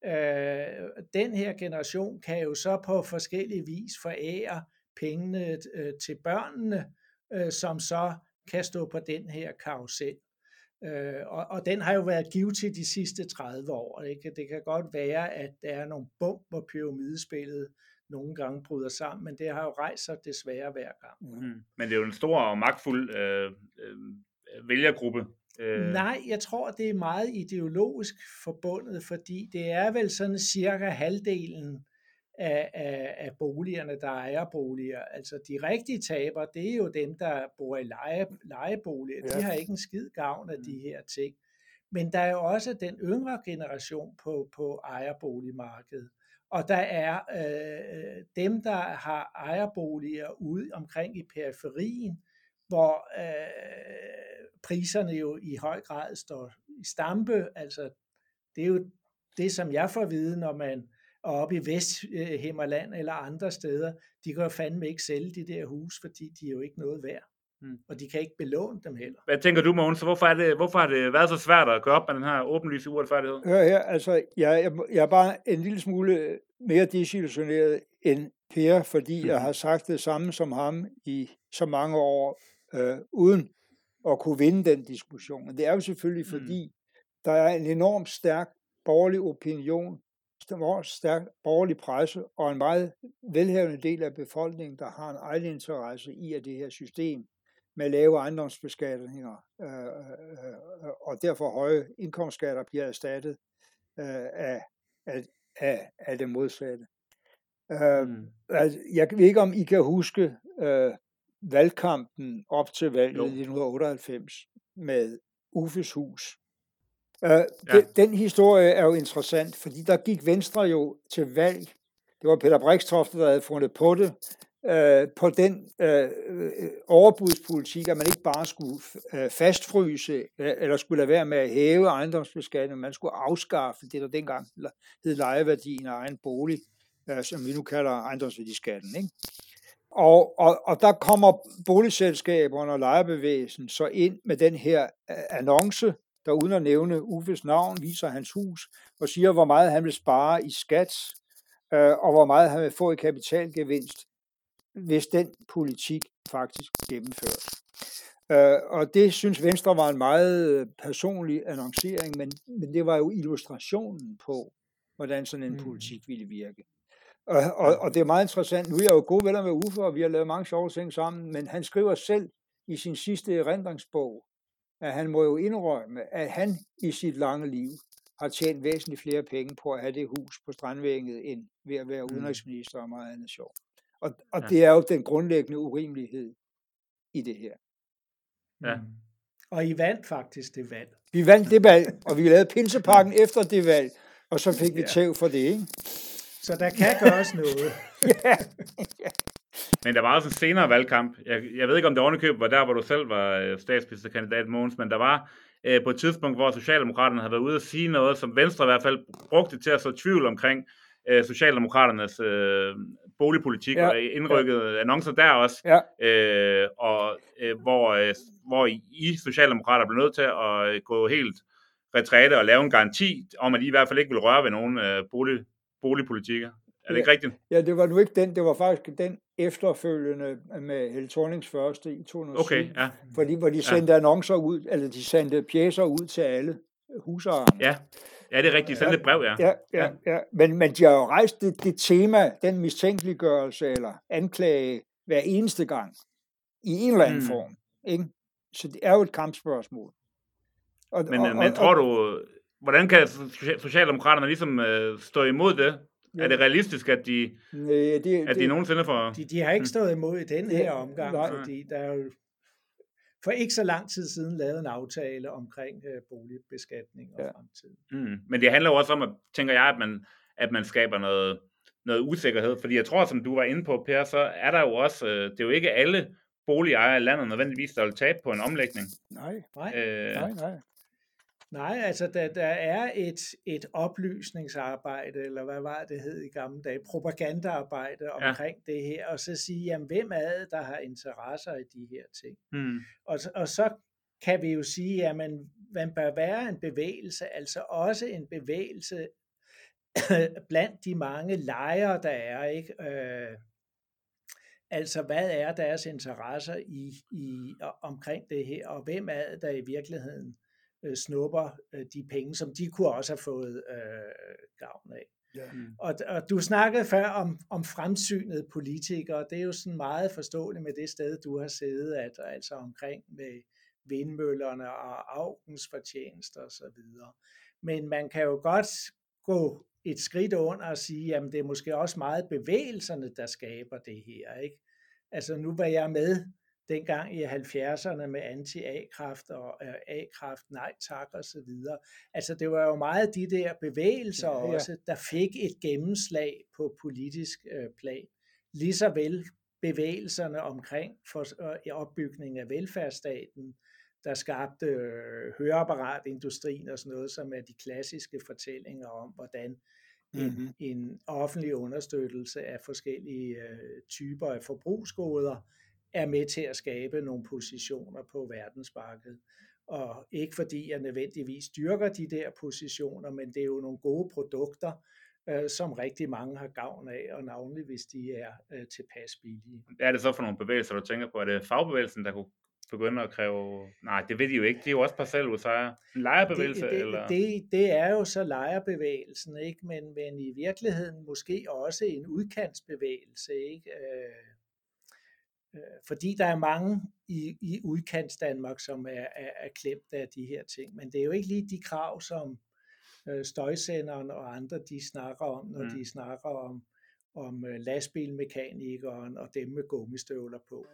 øh, den her generation kan jo så på forskellige vis forære pengene øh, til børnene, øh, som så kan stå på den her karusel. Øh, og, og den har jo været givtig de sidste tredive år. Ikke? Det kan godt være, at der er nogle bump, hvor pyramidespillet nogle gange bryder sammen, men det har jo rejst sig desværre hver gang. Mm. Men det er jo en stor og magtfuld øh, øh, vælgergruppe. Øh. Nej, jeg tror, det er meget ideologisk forbundet, fordi det er vel sådan cirka halvdelen af, af, af boligerne, der er ejerboliger. Altså de rigtige taber, det er jo dem, der bor i leje, lejeboliger. De har ikke en skid gavn af de her ting. Men der er jo også den yngre generation på, på ejerboligmarkedet. Og der er øh, dem, der har ejerboliger ude omkring i periferien, hvor øh, priserne jo i høj grad står i stampe. Altså det er jo det, som jeg får at vide, når man og oppe i Vesthimmerland eller andre steder, de kan jo fandme ikke sælge de der hus, fordi de er jo ikke noget værd. Mm. Og de kan ikke belåne dem heller. Hvad tænker du, Mogens? Hvorfor, er det, hvorfor har det været så svært at gøre op med den her åbenlyse uretfærdighed? Hør her, altså, jeg, jeg, jeg er bare en lille smule mere desillusioneret end Per, fordi mm. jeg har sagt det samme som ham i så mange år, øh, uden at kunne vinde den diskussion. Men det er jo selvfølgelig, fordi mm. der er en enormt stærk borgerlig opinion, stærk borgerlig presse og en meget velhavende del af befolkningen, der har en egen interesse i, at det her system med lave ejendomsbeskatninger øh, øh, og derfor høje indkomstskatter bliver erstattet øh, af, af, af, af det modsatte. Øh, mm. altså, jeg ved ikke, om I kan huske øh, valgkampen op til valget i nitten otteoghalvfems med Uffes hus. Uh, ja. den, den historie er jo interessant, fordi der gik Venstre jo til valg. Det var Peter Brixtofte, der havde fundet på det, uh, på den uh, overbudspolitik, at man ikke bare skulle uh, fastfryse, uh, eller skulle lade være med at hæve ejendomsbeskatningen, man skulle afskaffe det, der dengang hed lejeværdien af egen bolig, uh, som vi nu kalder ejendomsværdiskatten, ikke? Og, og, og der kommer boligselskaberne og lejerbevægelsen så ind med den her uh, annonce, der uden at nævne Uffes navn, viser hans hus og siger, hvor meget han vil spare i skat, øh, og hvor meget han vil få i kapitalgevinst, hvis den politik faktisk gennemføres. Øh, og det synes Venstre var en meget personlig annoncering, men, men det var jo illustrationen på, hvordan sådan en Mm. politik ville virke. Og, og, og det er meget interessant. Nu er jeg jo gode venner med Uffe, og vi har lavet mange sjove ting sammen, men han skriver selv i sin sidste erindringsbog, at han må jo indrømme, at han i sit lange liv har tjent væsentligt flere penge på at have det hus på Strandvænget, end ved at være udenrigsminister og meget andet sjov. Og, og Ja. det er jo den grundlæggende urimelighed i det her. Ja. Mm. Og I vandt faktisk det valg. Vi vandt det valg, og vi lavede pinsepakken efter det valg, og så fik vi Ja. tæv for det, ikke? Så der kan gøres noget. Ja. Men der var også en senere valgkamp. Jeg, jeg ved ikke, om det ovenikøbet var der, hvor du selv var øh, statsministerkandidat, Mogens, men der var øh, på et tidspunkt, hvor Socialdemokraterne havde været ude at sige noget, som Venstre i hvert fald brugte til at så tvivl omkring øh, Socialdemokraternes øh, boligpolitik, Ja. og indrykkede ja. annoncer der også, Ja. øh, og øh, hvor, øh, hvor I Socialdemokrater blev nødt til at øh, gå helt retræte og lave en garanti om, at I i hvert fald ikke vil røre ved nogen øh, bolig, boligpolitikker. Er det Ja. ikke rigtigt? Ja, det var nu ikke den, det var faktisk den efterfølgende med Helle Thornings første i to tusind og syv, Okay, ja. fordi, hvor de sendte ja. annoncer ud, eller de sendte pjecer ud til alle husejerne. Ja, ja det er rigtigt. Send et brev, ja. Ja, ja, ja. Men, men de har jo rejst det, det tema, den mistænkeliggørelse eller anklage hver eneste gang, i en eller anden Mm. form. Ikke? Så det er jo et kampspørgsmål. Og, Men, og, og, men og, tror du, hvordan kan Socialdemokraterne ligesom øh, stå imod det? Ja. Er det realistisk, at de, nej, det, at de det, nogensinde får... De, de har ikke stået imod i den Det- her omgang, nej. fordi der er jo for ikke så lang tid siden lavet en aftale omkring øh, boligbeskatning og Ja. fremtiden. Mm. Men det handler jo også om, at, tænker jeg, at man, at man skaber noget, noget usikkerhed. Fordi jeg tror, som du var inde på, Per, så er der jo også... Øh, det er jo ikke alle boligejere i landet nødvendigvis, der vil tabe på en omlægning. nej, Nej, Øh, nej, nej. nej altså der, der er et, et oplysningsarbejde, eller hvad var det hed i gamle dage, propagandaarbejde omkring ja. det her, og så sige, jamen hvem er det, der har interesser i de her ting? mm. Og, og så kan vi jo sige, jamen man bør være en bevægelse, altså også en bevægelse blandt de mange lejre, der er, ikke? Øh, altså hvad er deres interesser i, i omkring det her, og hvem er det, der i virkeligheden øh, snupper øh, de penge, som de kunne også have fået øh, gavn af. Ja. Mm. Og, og du snakkede før om, om fremsynede politikere, det er jo sådan meget forståeligt med det sted, du har siddet, at, altså omkring med vindmøllerne og Augens fortjenester og så videre. Men man kan jo godt gå et skridt under og sige, jamen det er måske også meget bevægelserne, der skaber det her, ikke? Altså nu var jeg med dengang i halvfjerdserne med anti-A-kraft og uh, A-kraft, nej tak og så videre. Altså det var jo meget de der bevægelser Ja, ja. også, der fik et gennemslag på politisk uh, plan. Lige så vel bevægelserne omkring for uh, opbygning af velfærdsstaten, der skabte øh, høreapparatindustrien og sådan noget, som er de klassiske fortællinger om, hvordan en, Mhm. en offentlig understøttelse af forskellige øh, typer af forbrugsgoder er med til at skabe nogle positioner på verdensmarkedet. Og ikke fordi jeg nødvendigvis dyrker de der positioner, men det er jo nogle gode produkter, øh, som rigtig mange har gavn af, og navnlig hvis de er øh, tilpas billige. Hvad er det så for nogle bevægelser, du tænker på? Er det fagbevægelsen, der kunne begynde at kræve... Nej, det ved de jo ikke. De er jo også parcelhusejere. En lejerbevægelse, det, det, eller... det, det er jo så lejerbevægelsen, ikke? Men, men i virkeligheden måske også en udkantsbevægelse, ikke? Øh, øh, fordi der er mange i, i udkants Danmark, som er, er, er klemt af de her ting. Men det er jo ikke lige de krav, som øh, støjsenderen og andre, de snakker om, når mm. de snakker om, om øh, lastbilmekanikeren og dem med gummistøvler på.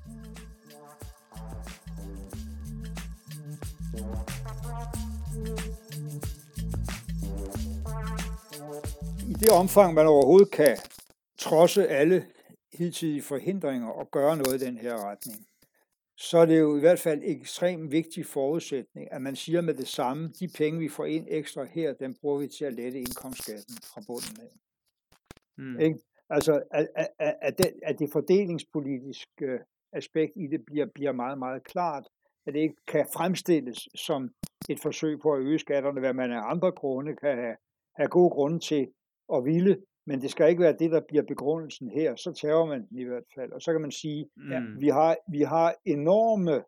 I det omfang, man overhovedet kan trodse alle hidtidige forhindringer og gøre noget i den her retning, så er det jo i hvert fald en ekstremt vigtig forudsætning, at man siger med det samme, de penge, vi får ind ekstra her, dem bruger vi til at lette indkomstskatten fra bunden af. Mm. Ikke? Altså, at, at, at, det, at det fordelingspolitiske aspekt i det bliver, bliver meget, meget klart, at det ikke kan fremstilles som et forsøg på at øge skatterne, hvad man af andre grunde kan have, have gode grunde til at ville, men det skal ikke være det, der bliver begrundelsen her. Så tager man den i hvert fald. Og så kan man sige, mm. ja, vi har, vi har enorme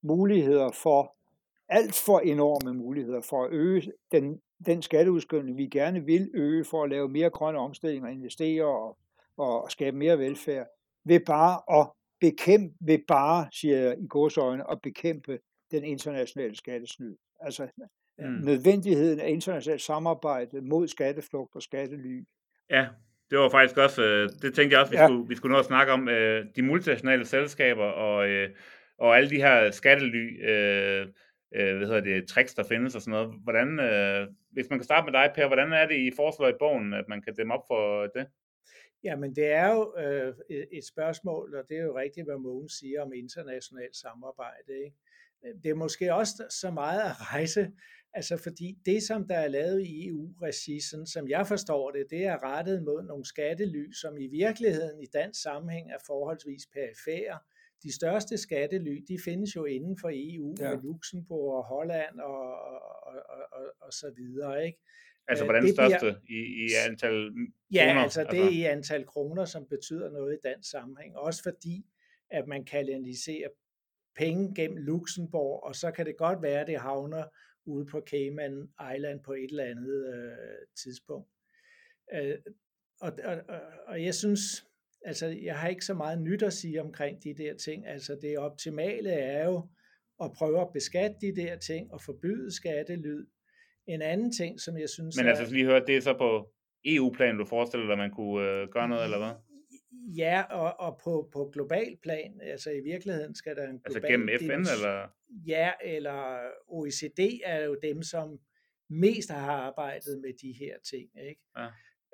muligheder for, alt for enorme muligheder for at øge den, den skatteudskrivning, vi gerne vil øge for at lave mere grøn omstilling og investere og, og skabe mere velfærd, ved bare at bekæmpe, ved bare, siger jeg i gåseøjne, at bekæmpe den internationale skattesnyd. Altså mm. nødvendigheden af internationalt samarbejde mod skatteflugt og skattely. Ja, det var faktisk også, det tænkte jeg også, vi, ja. skulle, vi skulle nå at snakke om, de multinationale selskaber og, og alle de her skattely, øh, hvad hedder det, tricks, der findes og sådan noget. Hvordan, øh, hvis man kan starte med dig, Per, hvordan er det, I foreslår i bogen, at man kan dæmme op for det? Jamen, det er jo øh, et spørgsmål, og det er jo rigtigt, hvad Mogens siger om internationalt samarbejde, ikke? Det er måske også så meget at rejse, altså fordi det, som der er lavet i E U-regi, sådan som jeg forstår det, det er rettet mod nogle skattely, som i virkeligheden i dansk sammenhæng er forholdsvis perifære. De største skattely, de findes jo inden for E U, ja. Med Luxembourg og Holland og, og, og, og, og så videre, ikke? Altså hvordan det største bliver, i, i antal kroner? Ja, altså det er i antal kroner, som betyder noget i dansk sammenhæng. Også fordi, at man kanaliserer penge gennem Luxembourg, og så kan det godt være, at det havner ude på Cayman Island på et eller andet øh, tidspunkt. Øh, og, og, og jeg synes, altså jeg har ikke så meget nyt at sige omkring de der ting. Altså det optimale er jo at prøve at beskatte de der ting og forbyde skattelyd. En anden ting, som jeg synes... Men altså, lige høre, det er så på E U-plan, du forestiller dig, at man kunne øh, gøre noget, eller hvad? Ja, og, og på, på global plan, altså i virkeligheden skal der en global... Altså gennem F N, eller? Ja, eller O E C D er jo dem, som mest har arbejdet med de her ting, ikke? Ja.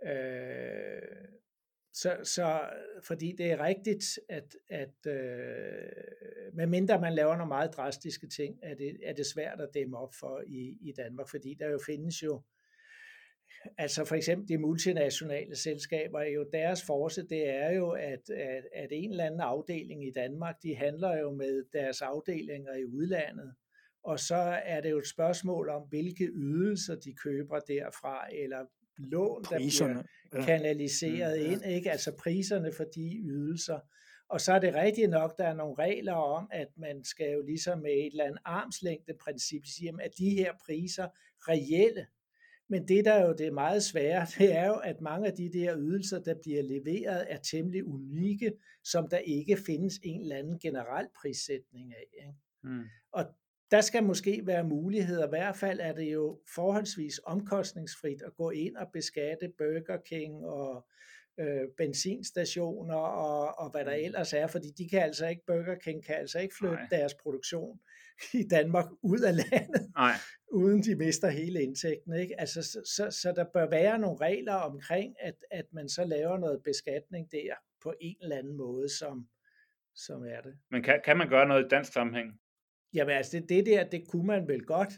Øh, så, så, fordi det er rigtigt, at, at øh, medmindre man laver nogle meget drastiske ting, er det, er det svært at dæmme op for i, i Danmark, fordi der jo findes jo, altså for eksempel de multinationale selskaber, jo deres force, det er jo, at, at, at en eller anden afdeling i Danmark, de handler jo med deres afdelinger i udlandet, og så er det jo et spørgsmål om, hvilke ydelser de køber derfra, eller lån, der priserne. Bliver kanaliseret ja. ind, ikke? Altså priserne for de ydelser. Og så er det rigtigt nok, der er nogle regler om, at man skal jo ligesom med et eller andet armslængdeprincip sige, at de her priser reelle. Men det, der jo det er meget svære, det er jo, at mange af de der ydelser, der bliver leveret, er temmelig unikke, som der ikke findes en eller anden generel prissætning af. Ikke? Mm. Og der skal måske være muligheder. I hvert fald er det jo forholdsvis omkostningsfrit at gå ind og beskatte Burger King og øh, benzinstationer og, og hvad der ellers er, fordi de kan altså ikke, Burger King kan altså ikke flytte Nej. Deres produktion i Danmark ud af landet, Nej. Uden de mister hele indtægten. Ikke? Altså, så, så, så der bør være nogle regler omkring, at, at man så laver noget beskatning der på en eller anden måde, som, som er det. Men kan, kan man gøre noget i dansk sammenhæng? Jamen altså det, det der, det kunne man vel godt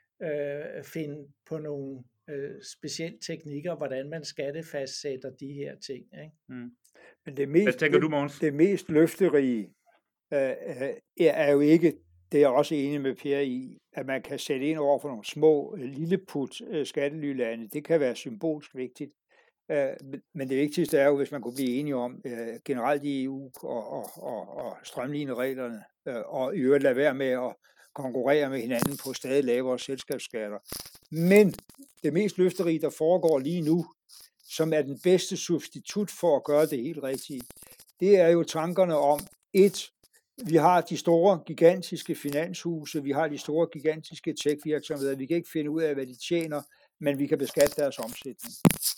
øh, finde på nogle øh, specielle teknikker, hvordan man skattefastsætter de her ting. Ikke? Mm. Men det mest, Hvad tænker du, Mogens? Det, det mest løfterige øh, er jo ikke, det er jeg også enig med Per i, at man kan sætte ind over for nogle små, øh, lilleput øh, skattelylande. Det kan være symbolsk vigtigt. Øh, men det vigtigste er jo, hvis man kunne blive enige om øh, generelt i E U og, og, og, og strømligne reglerne, øh, og i øvrigt lade være med at konkurrere med hinanden på stadig lavere selskabsskatter. Men det mest løfterige, der foregår lige nu, som er den bedste substitut for at gøre det helt rigtigt, det er jo tankerne om, et, vi har de store, gigantiske finanshuse, vi har de store, gigantiske tech-virksomheder, vi kan ikke finde ud af, hvad de tjener, men vi kan beskatte deres omsætning.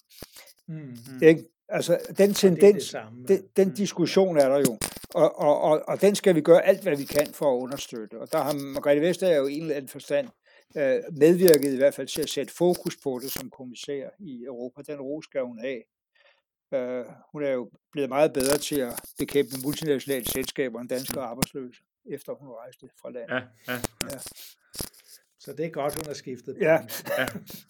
Mm-hmm. Ikke? Altså, den tendens, det det den, den mm. diskussion er der jo, og, og, og, og den skal vi gøre alt, hvad vi kan for at understøtte. Og der har Margrethe Vestager jo i en eller anden forstand øh, medvirket i hvert fald til at sætte fokus på det som kommissær i Europa. Den ro skal hun have. Uh, hun er jo blevet meget bedre til at bekæmpe multinationale selskaber end danske arbejdsløse, efter hun rejste fra landet. Ja, ja, ja. Ja. Så det er godt, hun har skiftet. Ja. ja.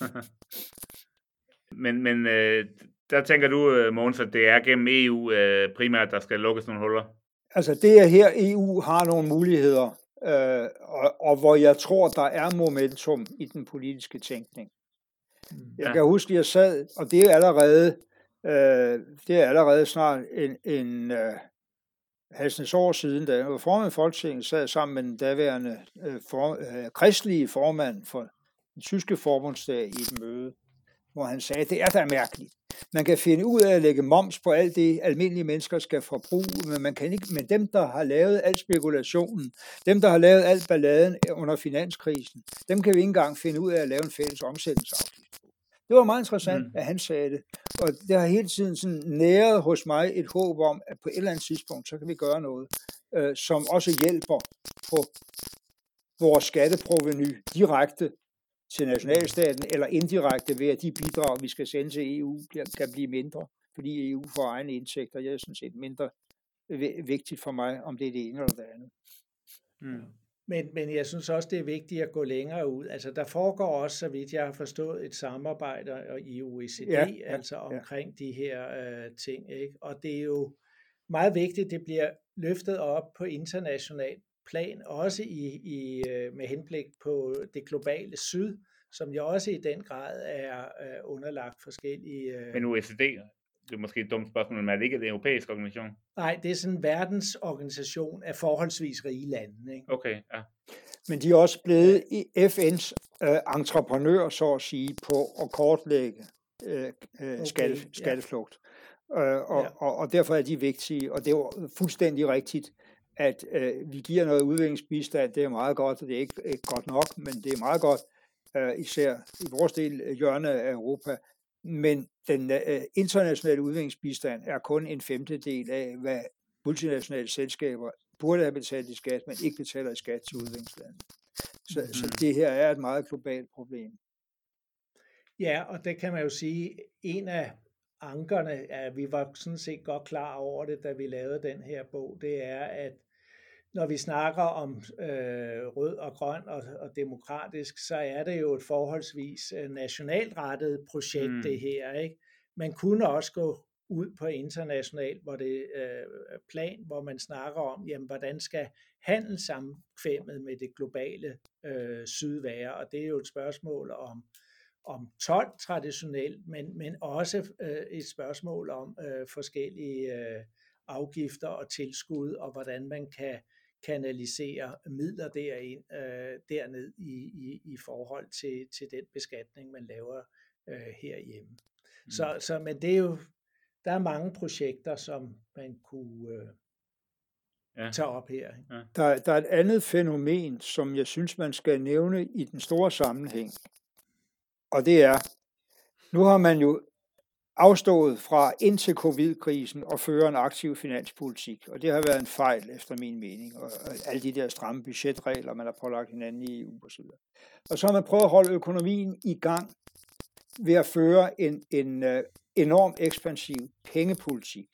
men men øh, der tænker du, Mogens, at det er gennem E U øh, primært, der skal lukkes nogle huller? Altså det er her, E U har nogle muligheder, øh, og, og hvor jeg tror, der er momentum i den politiske tænkning. Mm. Jeg ja. kan huske, at jeg sad, og det er allerede Øh, det er allerede snart en, en, øh, halvtreds år siden, da jeg var formand i Folketinget, sad sammen med den daværende øh, for, øh, kristelige formand for den tyske forbundsdag i et møde, hvor han sagde, det er da mærkeligt. Man kan finde ud af at lægge moms på alt det, almindelige mennesker skal forbruge, men man kan ikke, men dem, der har lavet al spekulationen, dem, der har lavet al balladen under finanskrisen, dem kan vi ikke engang finde ud af at lave en fælles omsætningsafgift på. Det var meget interessant, mm. at han sagde det, og det har hele tiden sådan næret hos mig et håb om, at på et eller andet tidspunkt, så kan vi gøre noget, øh, som også hjælper på vores skatteprovenu direkte til nationalstaten, eller indirekte ved, at de bidrag, vi skal sende til E U, kan blive mindre, fordi E U får egne indtægter. Det er sådan set mindre vigtigt for mig, om det er det ene eller det andet. Mm. Men, men jeg synes også, det er vigtigt at gå længere ud. Altså, der foregår også, så vidt jeg har forstået, et samarbejde i O E C D, ja, ja, altså omkring ja. de her øh, ting. Ikke? Og det er jo meget vigtigt, det bliver løftet op på international plan, også i, i, med henblik på det globale syd, som jo også i den grad er uh, underlagt forskellige... Uh... Men O E C D, det er måske et dumt spørgsmål, men er det ikke en europæisk organisation? Nej, det er sådan en verdensorganisation af forholdsvis rige lande. Ikke? Okay, ja. Men de er også blevet i F N's uh, entreprenør, så at sige, på at kortlægge uh, uh, okay, skatte, skatteflugt. Ja. Uh, og, ja. og, og derfor er de vigtige, og det er jo fuldstændig rigtigt, at øh, vi giver noget udviklingsbistand, det er meget godt, og det er ikke, ikke godt nok, men det er meget godt, øh, især i vores del hjørne af Europa. Men den øh, internationale udviklingsbistand er kun en femtedel af, hvad multinationale selskaber burde have betalt i skat, men ikke betaler i skat til udviklingslandet. Så, mm. så det her er et meget globalt problem. Ja, og det kan man jo sige, en af ankerne, ja, vi var sådan set godt klar over det, da vi lavede den her bog, det er, at når vi snakker om øh, rød og grøn og, og demokratisk, så er det jo et forholdsvis øh, nationalt rettet projekt, mm. det her, ikke? Man kunne også gå ud på internationalt, hvor det øh, plan, hvor man snakker om, jamen, hvordan skal handelssamkvemmet med det globale øh, syd være, og det er jo et spørgsmål om om told traditionelt, men, men også øh, et spørgsmål om øh, forskellige øh, afgifter og tilskud, og hvordan man kan kanalisere midler derind, øh, derned i, i, i forhold til, til den beskatning, man laver øh, herhjemme. Mm. Så, så, men det er jo, der er mange projekter, som man kunne øh, ja. tage op her. Ja. Der, der er et andet fænomen, som jeg synes, man skal nævne i den store sammenhæng. Og det er, nu har man jo afstået fra indtil covid-krisen og føre en aktiv finanspolitik, og det har været en fejl efter min mening, og alle de der stramme budgetregler, man har pålagt hinanden i E U og så videre. Og så har man prøvet at holde økonomien i gang ved at føre en, en uh, enorm ekspansiv pengepolitik.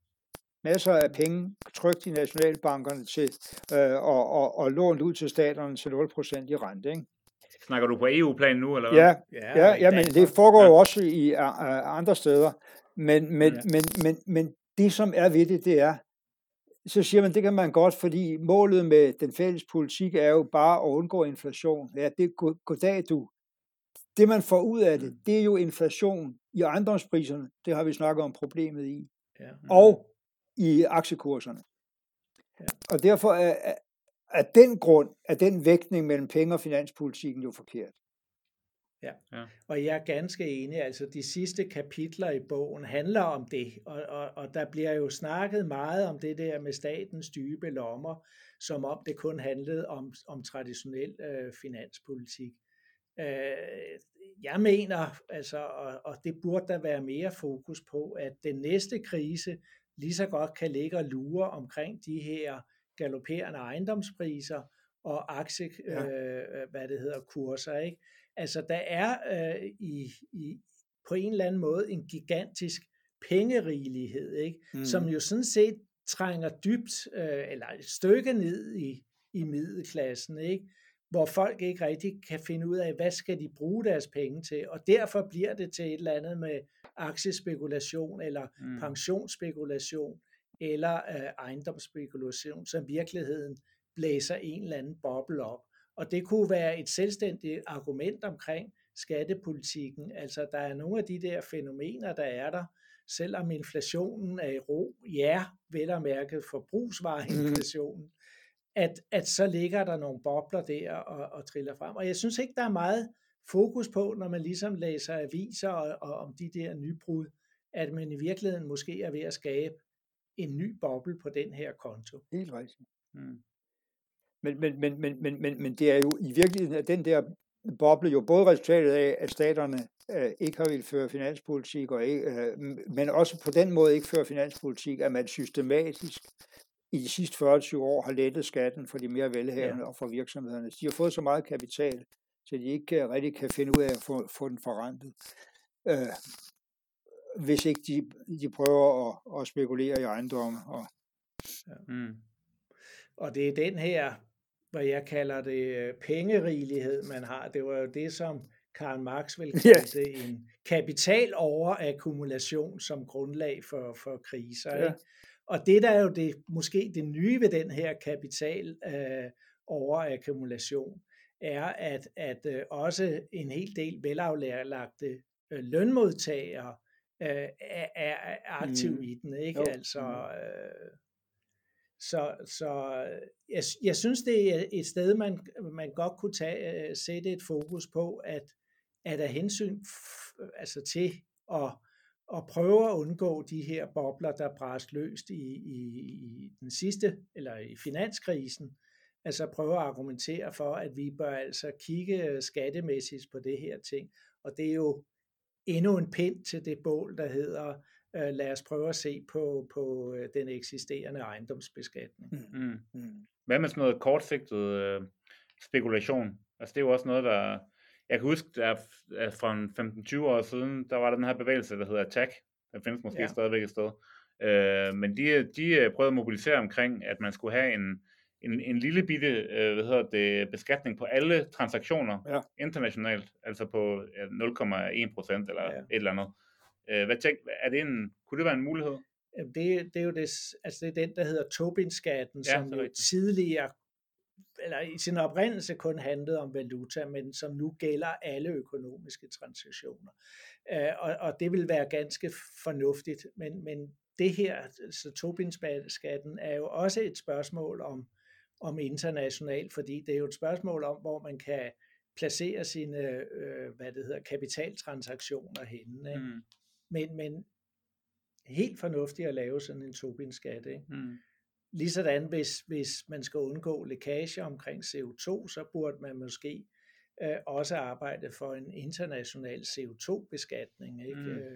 Masser af penge trykt i nationalbankerne til uh, og, og, og lånt ud til staterne til nul procent i rente, ikke? Snakker du på E U-plan nu, eller hvad? Ja, ja, ja, men det foregår jo også i uh, andre steder. Men, men, ja. men, men, men det, som er ved det, det er, så siger man, det kan man godt, fordi målet med den fælles politik er jo bare at undgå inflation. Ja, det er goddag, du. Det, man får ud af det, det er jo inflation i ejendomspriserne. Det har vi snakket om problemet i. Ja. Og i aktiekurserne. Ja. Og derfor er af den grund er den vægtning mellem penge og finanspolitikken jo forkert. Ja. ja, og jeg er ganske enig, altså de sidste kapitler i bogen handler om det, og, og, og der bliver jo snakket meget om det der med statens dybe lommer, som om det kun handlede om, om traditionel øh, finanspolitik. Øh, jeg mener, altså, og, og det burde der være mere fokus på, at den næste krise lige så godt kan ligge og lure omkring de her galopperende ejendomspriser og aktie, ja. øh, hvad det hedder, kurser, ikke? Altså, der er øh, i, i, på en eller anden måde en gigantisk pengerigelighed, ikke? Mm. Som jo sådan set trænger dybt, øh, eller et stykke ned i, i middelklassen, ikke? Hvor folk ikke rigtig kan finde ud af, hvad skal de bruge deres penge til, og derfor bliver det til et eller andet med aktiespekulation, eller mm. pensionsspekulation, eller øh, ejendomsspekulation, som virkeligheden blæser en eller anden boble op. Og det kunne være et selvstændigt argument omkring skattepolitikken. Altså, der er nogle af de der fænomener, der er der, selvom inflationen er i ro, ja, vel at mærke forbrugsvareinflationen, at, at så ligger der nogle bobler der og, og triller frem. Og jeg synes ikke, der er meget fokus på, når man ligesom læser aviser og, og om de der nybrud, at man i virkeligheden måske er ved at skabe en ny boble på den her konto. Helt rigtigt. Mm. Men, men, men, men, men, men, men det er jo i virkeligheden, at den der boble jo både resultatet af, at staterne øh, ikke har ville føre finanspolitik, og ikke, øh, men også på den måde ikke føre finanspolitik, at man systematisk i de sidste fyrre til tyve år har lettet skatten for de mere velhavende ja. og for virksomhederne. De har fået så meget kapital, så de ikke kan, rigtig kan finde ud af at få, få den forrentet. Øh, hvis ikke de, de prøver at, at spekulere i ejendomme. Og... Ja. Mm. Og det er den her, hvad jeg kalder det, pengerigelighed, man har. Det var jo det, som Karl Marx ville kalde det, yeah. en kapitaloverakkumulation som grundlag for, for kriser. Ja. Ikke? Og det der er jo det, måske det nye ved den her kapitaloverakkumulation, er, at, at øh, også en hel del velaflagte øh, lønmodtagere øh, er, er aktive mm. i den. Ikke? Jo. Altså... Øh, Så, så jeg, jeg synes, det er et sted, man, man godt kunne tage, sætte et fokus på, at, at af hensyn altså til at, at prøve at undgå de her bobler, der brast løst i, i, i den sidste, eller i finanskrisen, altså prøve at argumentere for, at vi bør altså kigge skattemæssigt på det her ting. Og det er jo endnu en pind til det bål, der hedder, lad os prøve at se på, på den eksisterende ejendomsbeskatning. Mm. Mm. Hvad med sådan noget kortsigtet øh, spekulation? Altså det er jo også noget, der... Jeg kan huske, at fra femten til tyve år siden, der var der den her bevægelse, der hedder Attack. Den findes måske ja. stadigvæk et sted. Øh, men de, de prøvede at mobilisere omkring, at man skulle have en, en, en lille bitte øh, hvad hedder det, beskatning på alle transaktioner ja. internationalt. Altså på ja, nul komma en procent eller ja. et eller andet. Hvad tænk, er det en, kunne det være en mulighed? Det, det er jo det, altså det er den, der hedder Tobin-skatten, ja, som jo tidligere, eller i sin oprindelse kun handlede om valuta, men som nu gælder alle økonomiske transaktioner. Og, og det vil være ganske fornuftigt, men, men det her, så Tobin-skatten er jo også et spørgsmål om, om internationalt, fordi det er jo et spørgsmål om, hvor man kan placere sine, øh, hvad det hedder, kapitaltransaktioner henne, ikke? Mm. Men, men helt fornuftigt at lave sådan en Tobin-skat. Ikke? Mm. Ligesådan, hvis, hvis man skal undgå lækage omkring C O to, så burde man måske øh, også arbejde for en international C O to-beskatning. Ikke? Mm.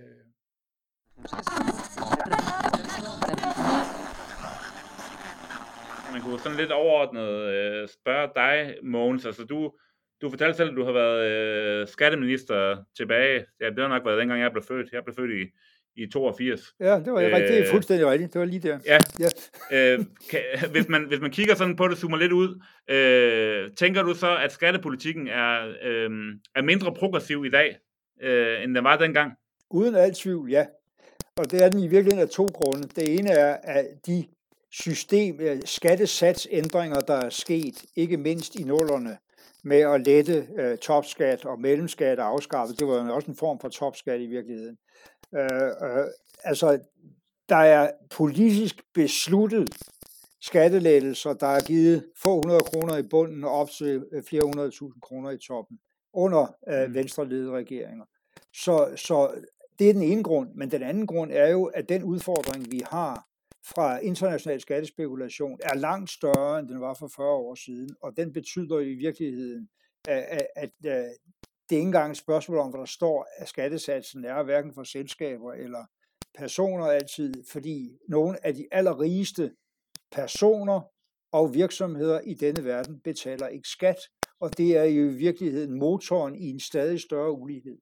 Man kunne sådan lidt overordnet øh, spørge dig, Mogens. Altså du, du fortalte selv, at du har været øh, skatteminister tilbage. Ja, det har nok været dengang, jeg blev født. Jeg blev født i, i toogfirs. Ja, det var øh, rigtigt. Det er fuldstændig rigtigt. Det var lige der. Ja. ja. øh, kan, hvis, man, hvis man kigger sådan på det, zoomer lidt ud, øh, tænker du så, at skattepolitikken er, øh, er mindre progressiv i dag, øh, end den var dengang? Uden alt tvivl, ja. Og det er den i virkeligheden af to grunde. Det ene er, at de system, skattesatsændringer, der er sket, ikke mindst i nullerne, med at lette øh, topskat og mellemskat og afskaffe. Det var jo også en form for topskat i virkeligheden. Øh, øh, altså, der er politisk besluttet skattelettelser, der er givet få hundrede kroner i bunden og op til flere hundrede tusind kroner i toppen under øh, venstreledede regeringer. Så, så det er den ene grund. Men den anden grund er jo, at den udfordring, vi har fra international skattespekulation, er langt større, end den var for fyrre år siden. Og den betyder i virkeligheden, at, at, at det er ikke engang et spørgsmål om, hvad der står, at skattesatsen er, hverken for selskaber eller personer altid, fordi nogle af de allerrigeste personer og virksomheder i denne verden betaler ikke skat, og det er jo i virkeligheden motoren i en stadig større ulighed.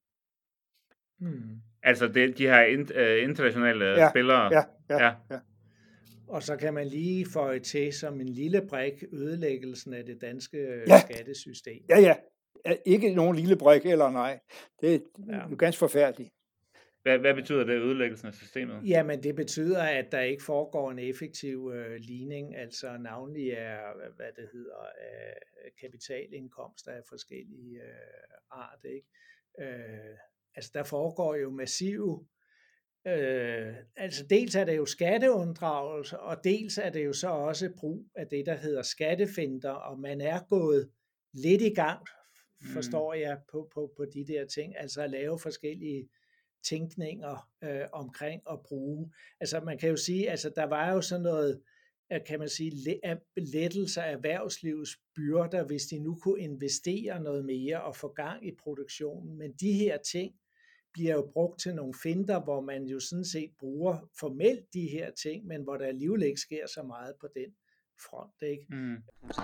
Hmm. Altså det, de her internationale ja, spillere? Ja, ja, ja. ja. Og så kan man lige føje til som en lille brik ødelæggelsen af det danske ja. skattesystem. Ja, ja. Ikke nogen lille brik eller nej. Det er ja. jo ganske forfærdeligt. Hvad, hvad betyder det, ødelæggelsen af systemet? Jamen, det betyder, at der ikke foregår en effektiv øh, ligning, altså navnlig er, hvad det hedder, øh, kapitalindkomster af forskellige øh, art, ikke? Øh, altså, der foregår jo massive Øh, altså dels er det jo skatteunddragelse, og dels er det jo så også brug af det, der hedder skattefinter, og man er gået lidt i gang, forstår mm. jeg, på, på, på de der ting, altså at lave forskellige tænkninger øh, omkring at bruge. Altså man kan jo sige, altså der var jo sådan noget, kan man sige, lettelse af erhvervslivets byrder, hvis de nu kunne investere noget mere og få gang i produktionen, men de her ting bliver jo brugt til nogle finter, hvor man jo sådan set bruger formelt de her ting, men hvor der alligevel ikke sker så meget på den front, ikke? Mm.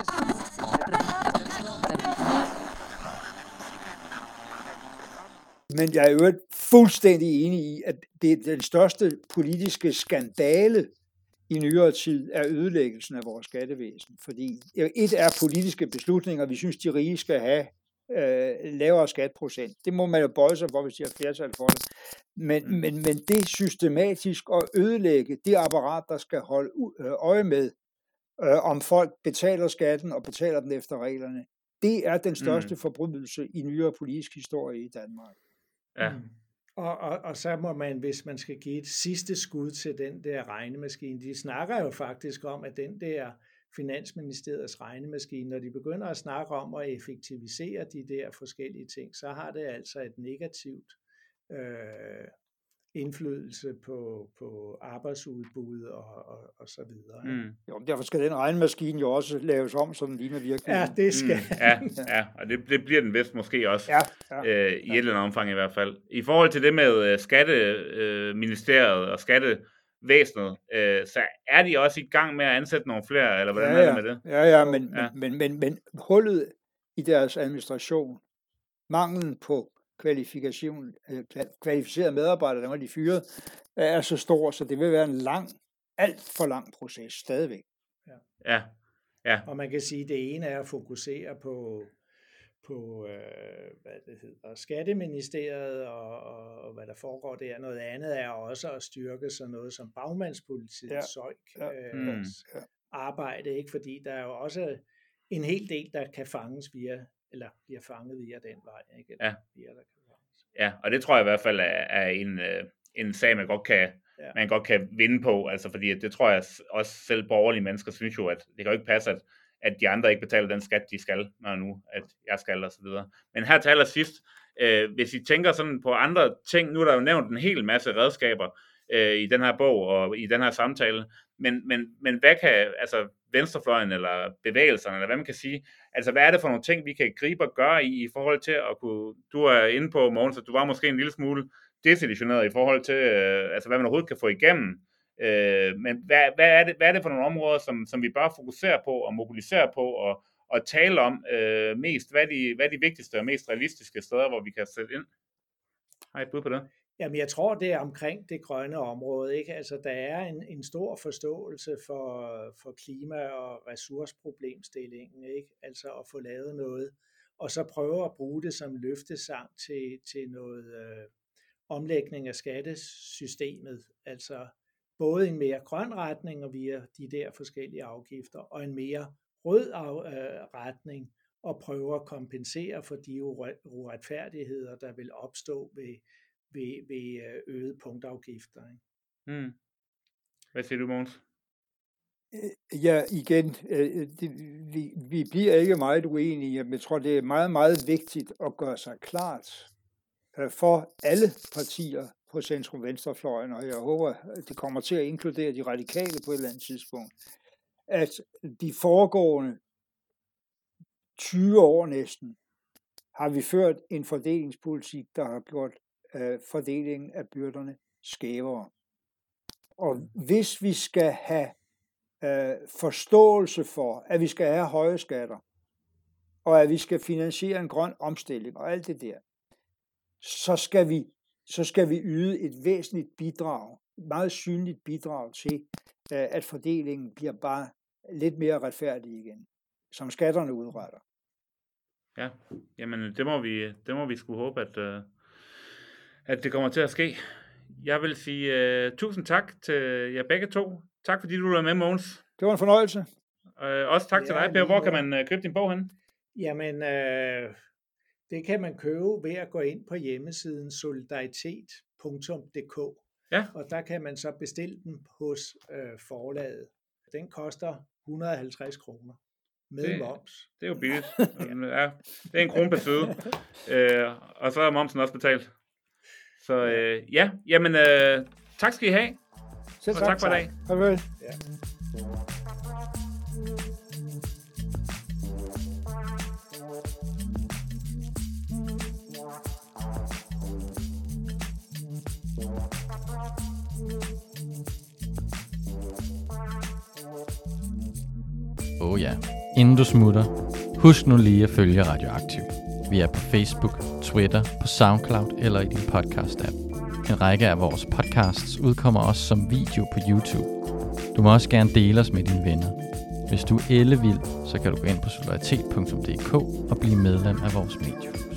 Men jeg er jo fuldstændig enig i, at det er den største politiske skandale i nyere tid er ødelæggelsen af vores skattevæsen. Fordi et er politiske beslutninger, vi synes, de rige skal have øh, lavere skatprocent. Det må man jo bøje sig for, hvis de har flertal for det. Men, mm. men, men det systematisk at ødelægge det apparat, der skal holde øje med, øh, om folk betaler skatten og betaler den efter reglerne, det er den største mm. forbrydelse i nyere politisk historie i Danmark. Ja. Mm. Og, og, og så må man, hvis man skal give et sidste skud til den der regnemaskine, de snakker jo faktisk om, at den der Finansministeriets regnemaskine, når de begynder at snakke om at effektivisere de der forskellige ting, så har det altså et negativt øh, indflydelse på, på arbejdsudbud og, og, og så videre. Mm. Jo, derfor skal den regnemaskine jo også laves om, så den ligner virkeligheden. Ja, det skal. Mm. Ja, ja, og det, det bliver den vist måske også, ja, ja, øh, i ja. et eller andet omfang i hvert fald. I forhold til det med skatteministeriet øh, og skattevæsenet, øh, så er de også i gang med at ansætte nogle flere, eller hvordan ja, ja. er det med det? Ja, ja, men, ja. Men, men, men, men hullet i deres administration, manglen på kvalifikation, kvalificerede medarbejdere, der var de fyret, er så stor, så det vil være en lang, alt for lang proces stadigvæk. Ja. Ja. Ja. Og man kan sige, at det ene er at fokusere på, på øh, hvad det hedder, Skatteministeriet og, og hvad der foregår der. Noget andet er også at styrke sådan noget som bagmandspolitiets ja. søjk ja. øh, mm. arbejde, ikke? Fordi der er jo også en hel del, der kan fanges via eller bliver fanget via den vej, ikke? Ja. Via, der kan ja, og det tror jeg i hvert fald er, er en, en sag, man godt kan, ja. man godt kan vinde på, altså fordi det tror jeg også selv borgerlige mennesker synes jo, at det kan jo ikke passe, at, at de andre ikke betaler den skat, de skal, når nu, at jeg skal, og så videre. Men her til allersidst, øh, hvis I tænker sådan på andre ting, nu er der jo nævnt en hel masse redskaber øh, i den her bog og i den her samtale, men, men, men hvad kan, altså venstrefløjen eller bevægelserne, eller hvad man kan sige, altså hvad er det for nogle ting, vi kan gribe og gøre i, i forhold til at kunne, du er inde på, Mogens, at du var måske en lille smule desillusioneret i forhold til, øh, altså hvad man overhovedet kan få igennem, øh, men hvad, hvad, er det, hvad er det for nogle områder, som, som vi bør fokusere på og mobilisere på og, og tale om øh, mest, hvad er, de, hvad er de vigtigste og mest realistiske steder, hvor vi kan sætte ind? Har I et bud på det? Jamen, jeg tror, det er omkring det grønne område, ikke? Altså, der er en, en stor forståelse for, for klima- og ressourceproblemstillingen, ikke? Altså at få lavet noget, og så prøve at bruge det som løftesang til, til noget øh, omlægning af skattesystemet, altså både en mere grøn retning og via de der forskellige afgifter, og en mere rød af, øh, retning, og prøve at kompensere for de uretfærdigheder, der vil opstå ved ved, ved øget punktafgifter. Ikke? Mm. Hvad siger du, Mogens? Ja, igen, det, vi, vi bliver ikke meget uenige, men jeg tror, det er meget, meget vigtigt at gøre sig klart for alle partier på centrum-venstrefløjen, og jeg håber, at det kommer til at inkludere de radikale på et eller andet tidspunkt, at de foregående tyve år næsten har vi ført en fordelingspolitik, der har gjort fordelingen af byrderne skævere. Og hvis vi skal have øh, forståelse for, at vi skal have høje skatter, og at vi skal finansiere en grøn omstilling og alt det der, så skal vi, så skal vi yde et væsentligt bidrag, et meget synligt bidrag til, øh, at fordelingen bliver bare lidt mere retfærdig igen, som skatterne udretter. Ja, jamen det må vi, det må vi sgu håbe, at øh at det kommer til at ske. Jeg vil sige uh, tusind tak til jer begge to. Tak fordi du var med, Mogens. Det var en fornøjelse. Uh, også tak ja, til dig, Per. Hvor kan man uh, købe din bog hen? Jamen, uh, det kan man købe ved at gå ind på hjemmesiden solidaritet punktum d k. Ja. Og der kan man så bestille den hos øh, forlaget. Den koster et hundrede og halvtreds kroner med det, moms. Det er jo billigt. Ja, det er en krone per side. øh, og så er momsen også betalt. Så øh, ja, jamen øh, tak skal I have. Selv og tak, tak for i dag. Farvel. Ja. Åh oh ja, inden du smutter, husk nu lige at følge Radioaktiv. Vi er på Facebook, Twitter, på SoundCloud eller i din podcast-app. En række af vores podcasts udkommer også som video på YouTube. Du må også gerne dele os med dine venner. Hvis du er ellevild, så kan du gå ind på solidaritet punktum d k og blive medlem af vores medie.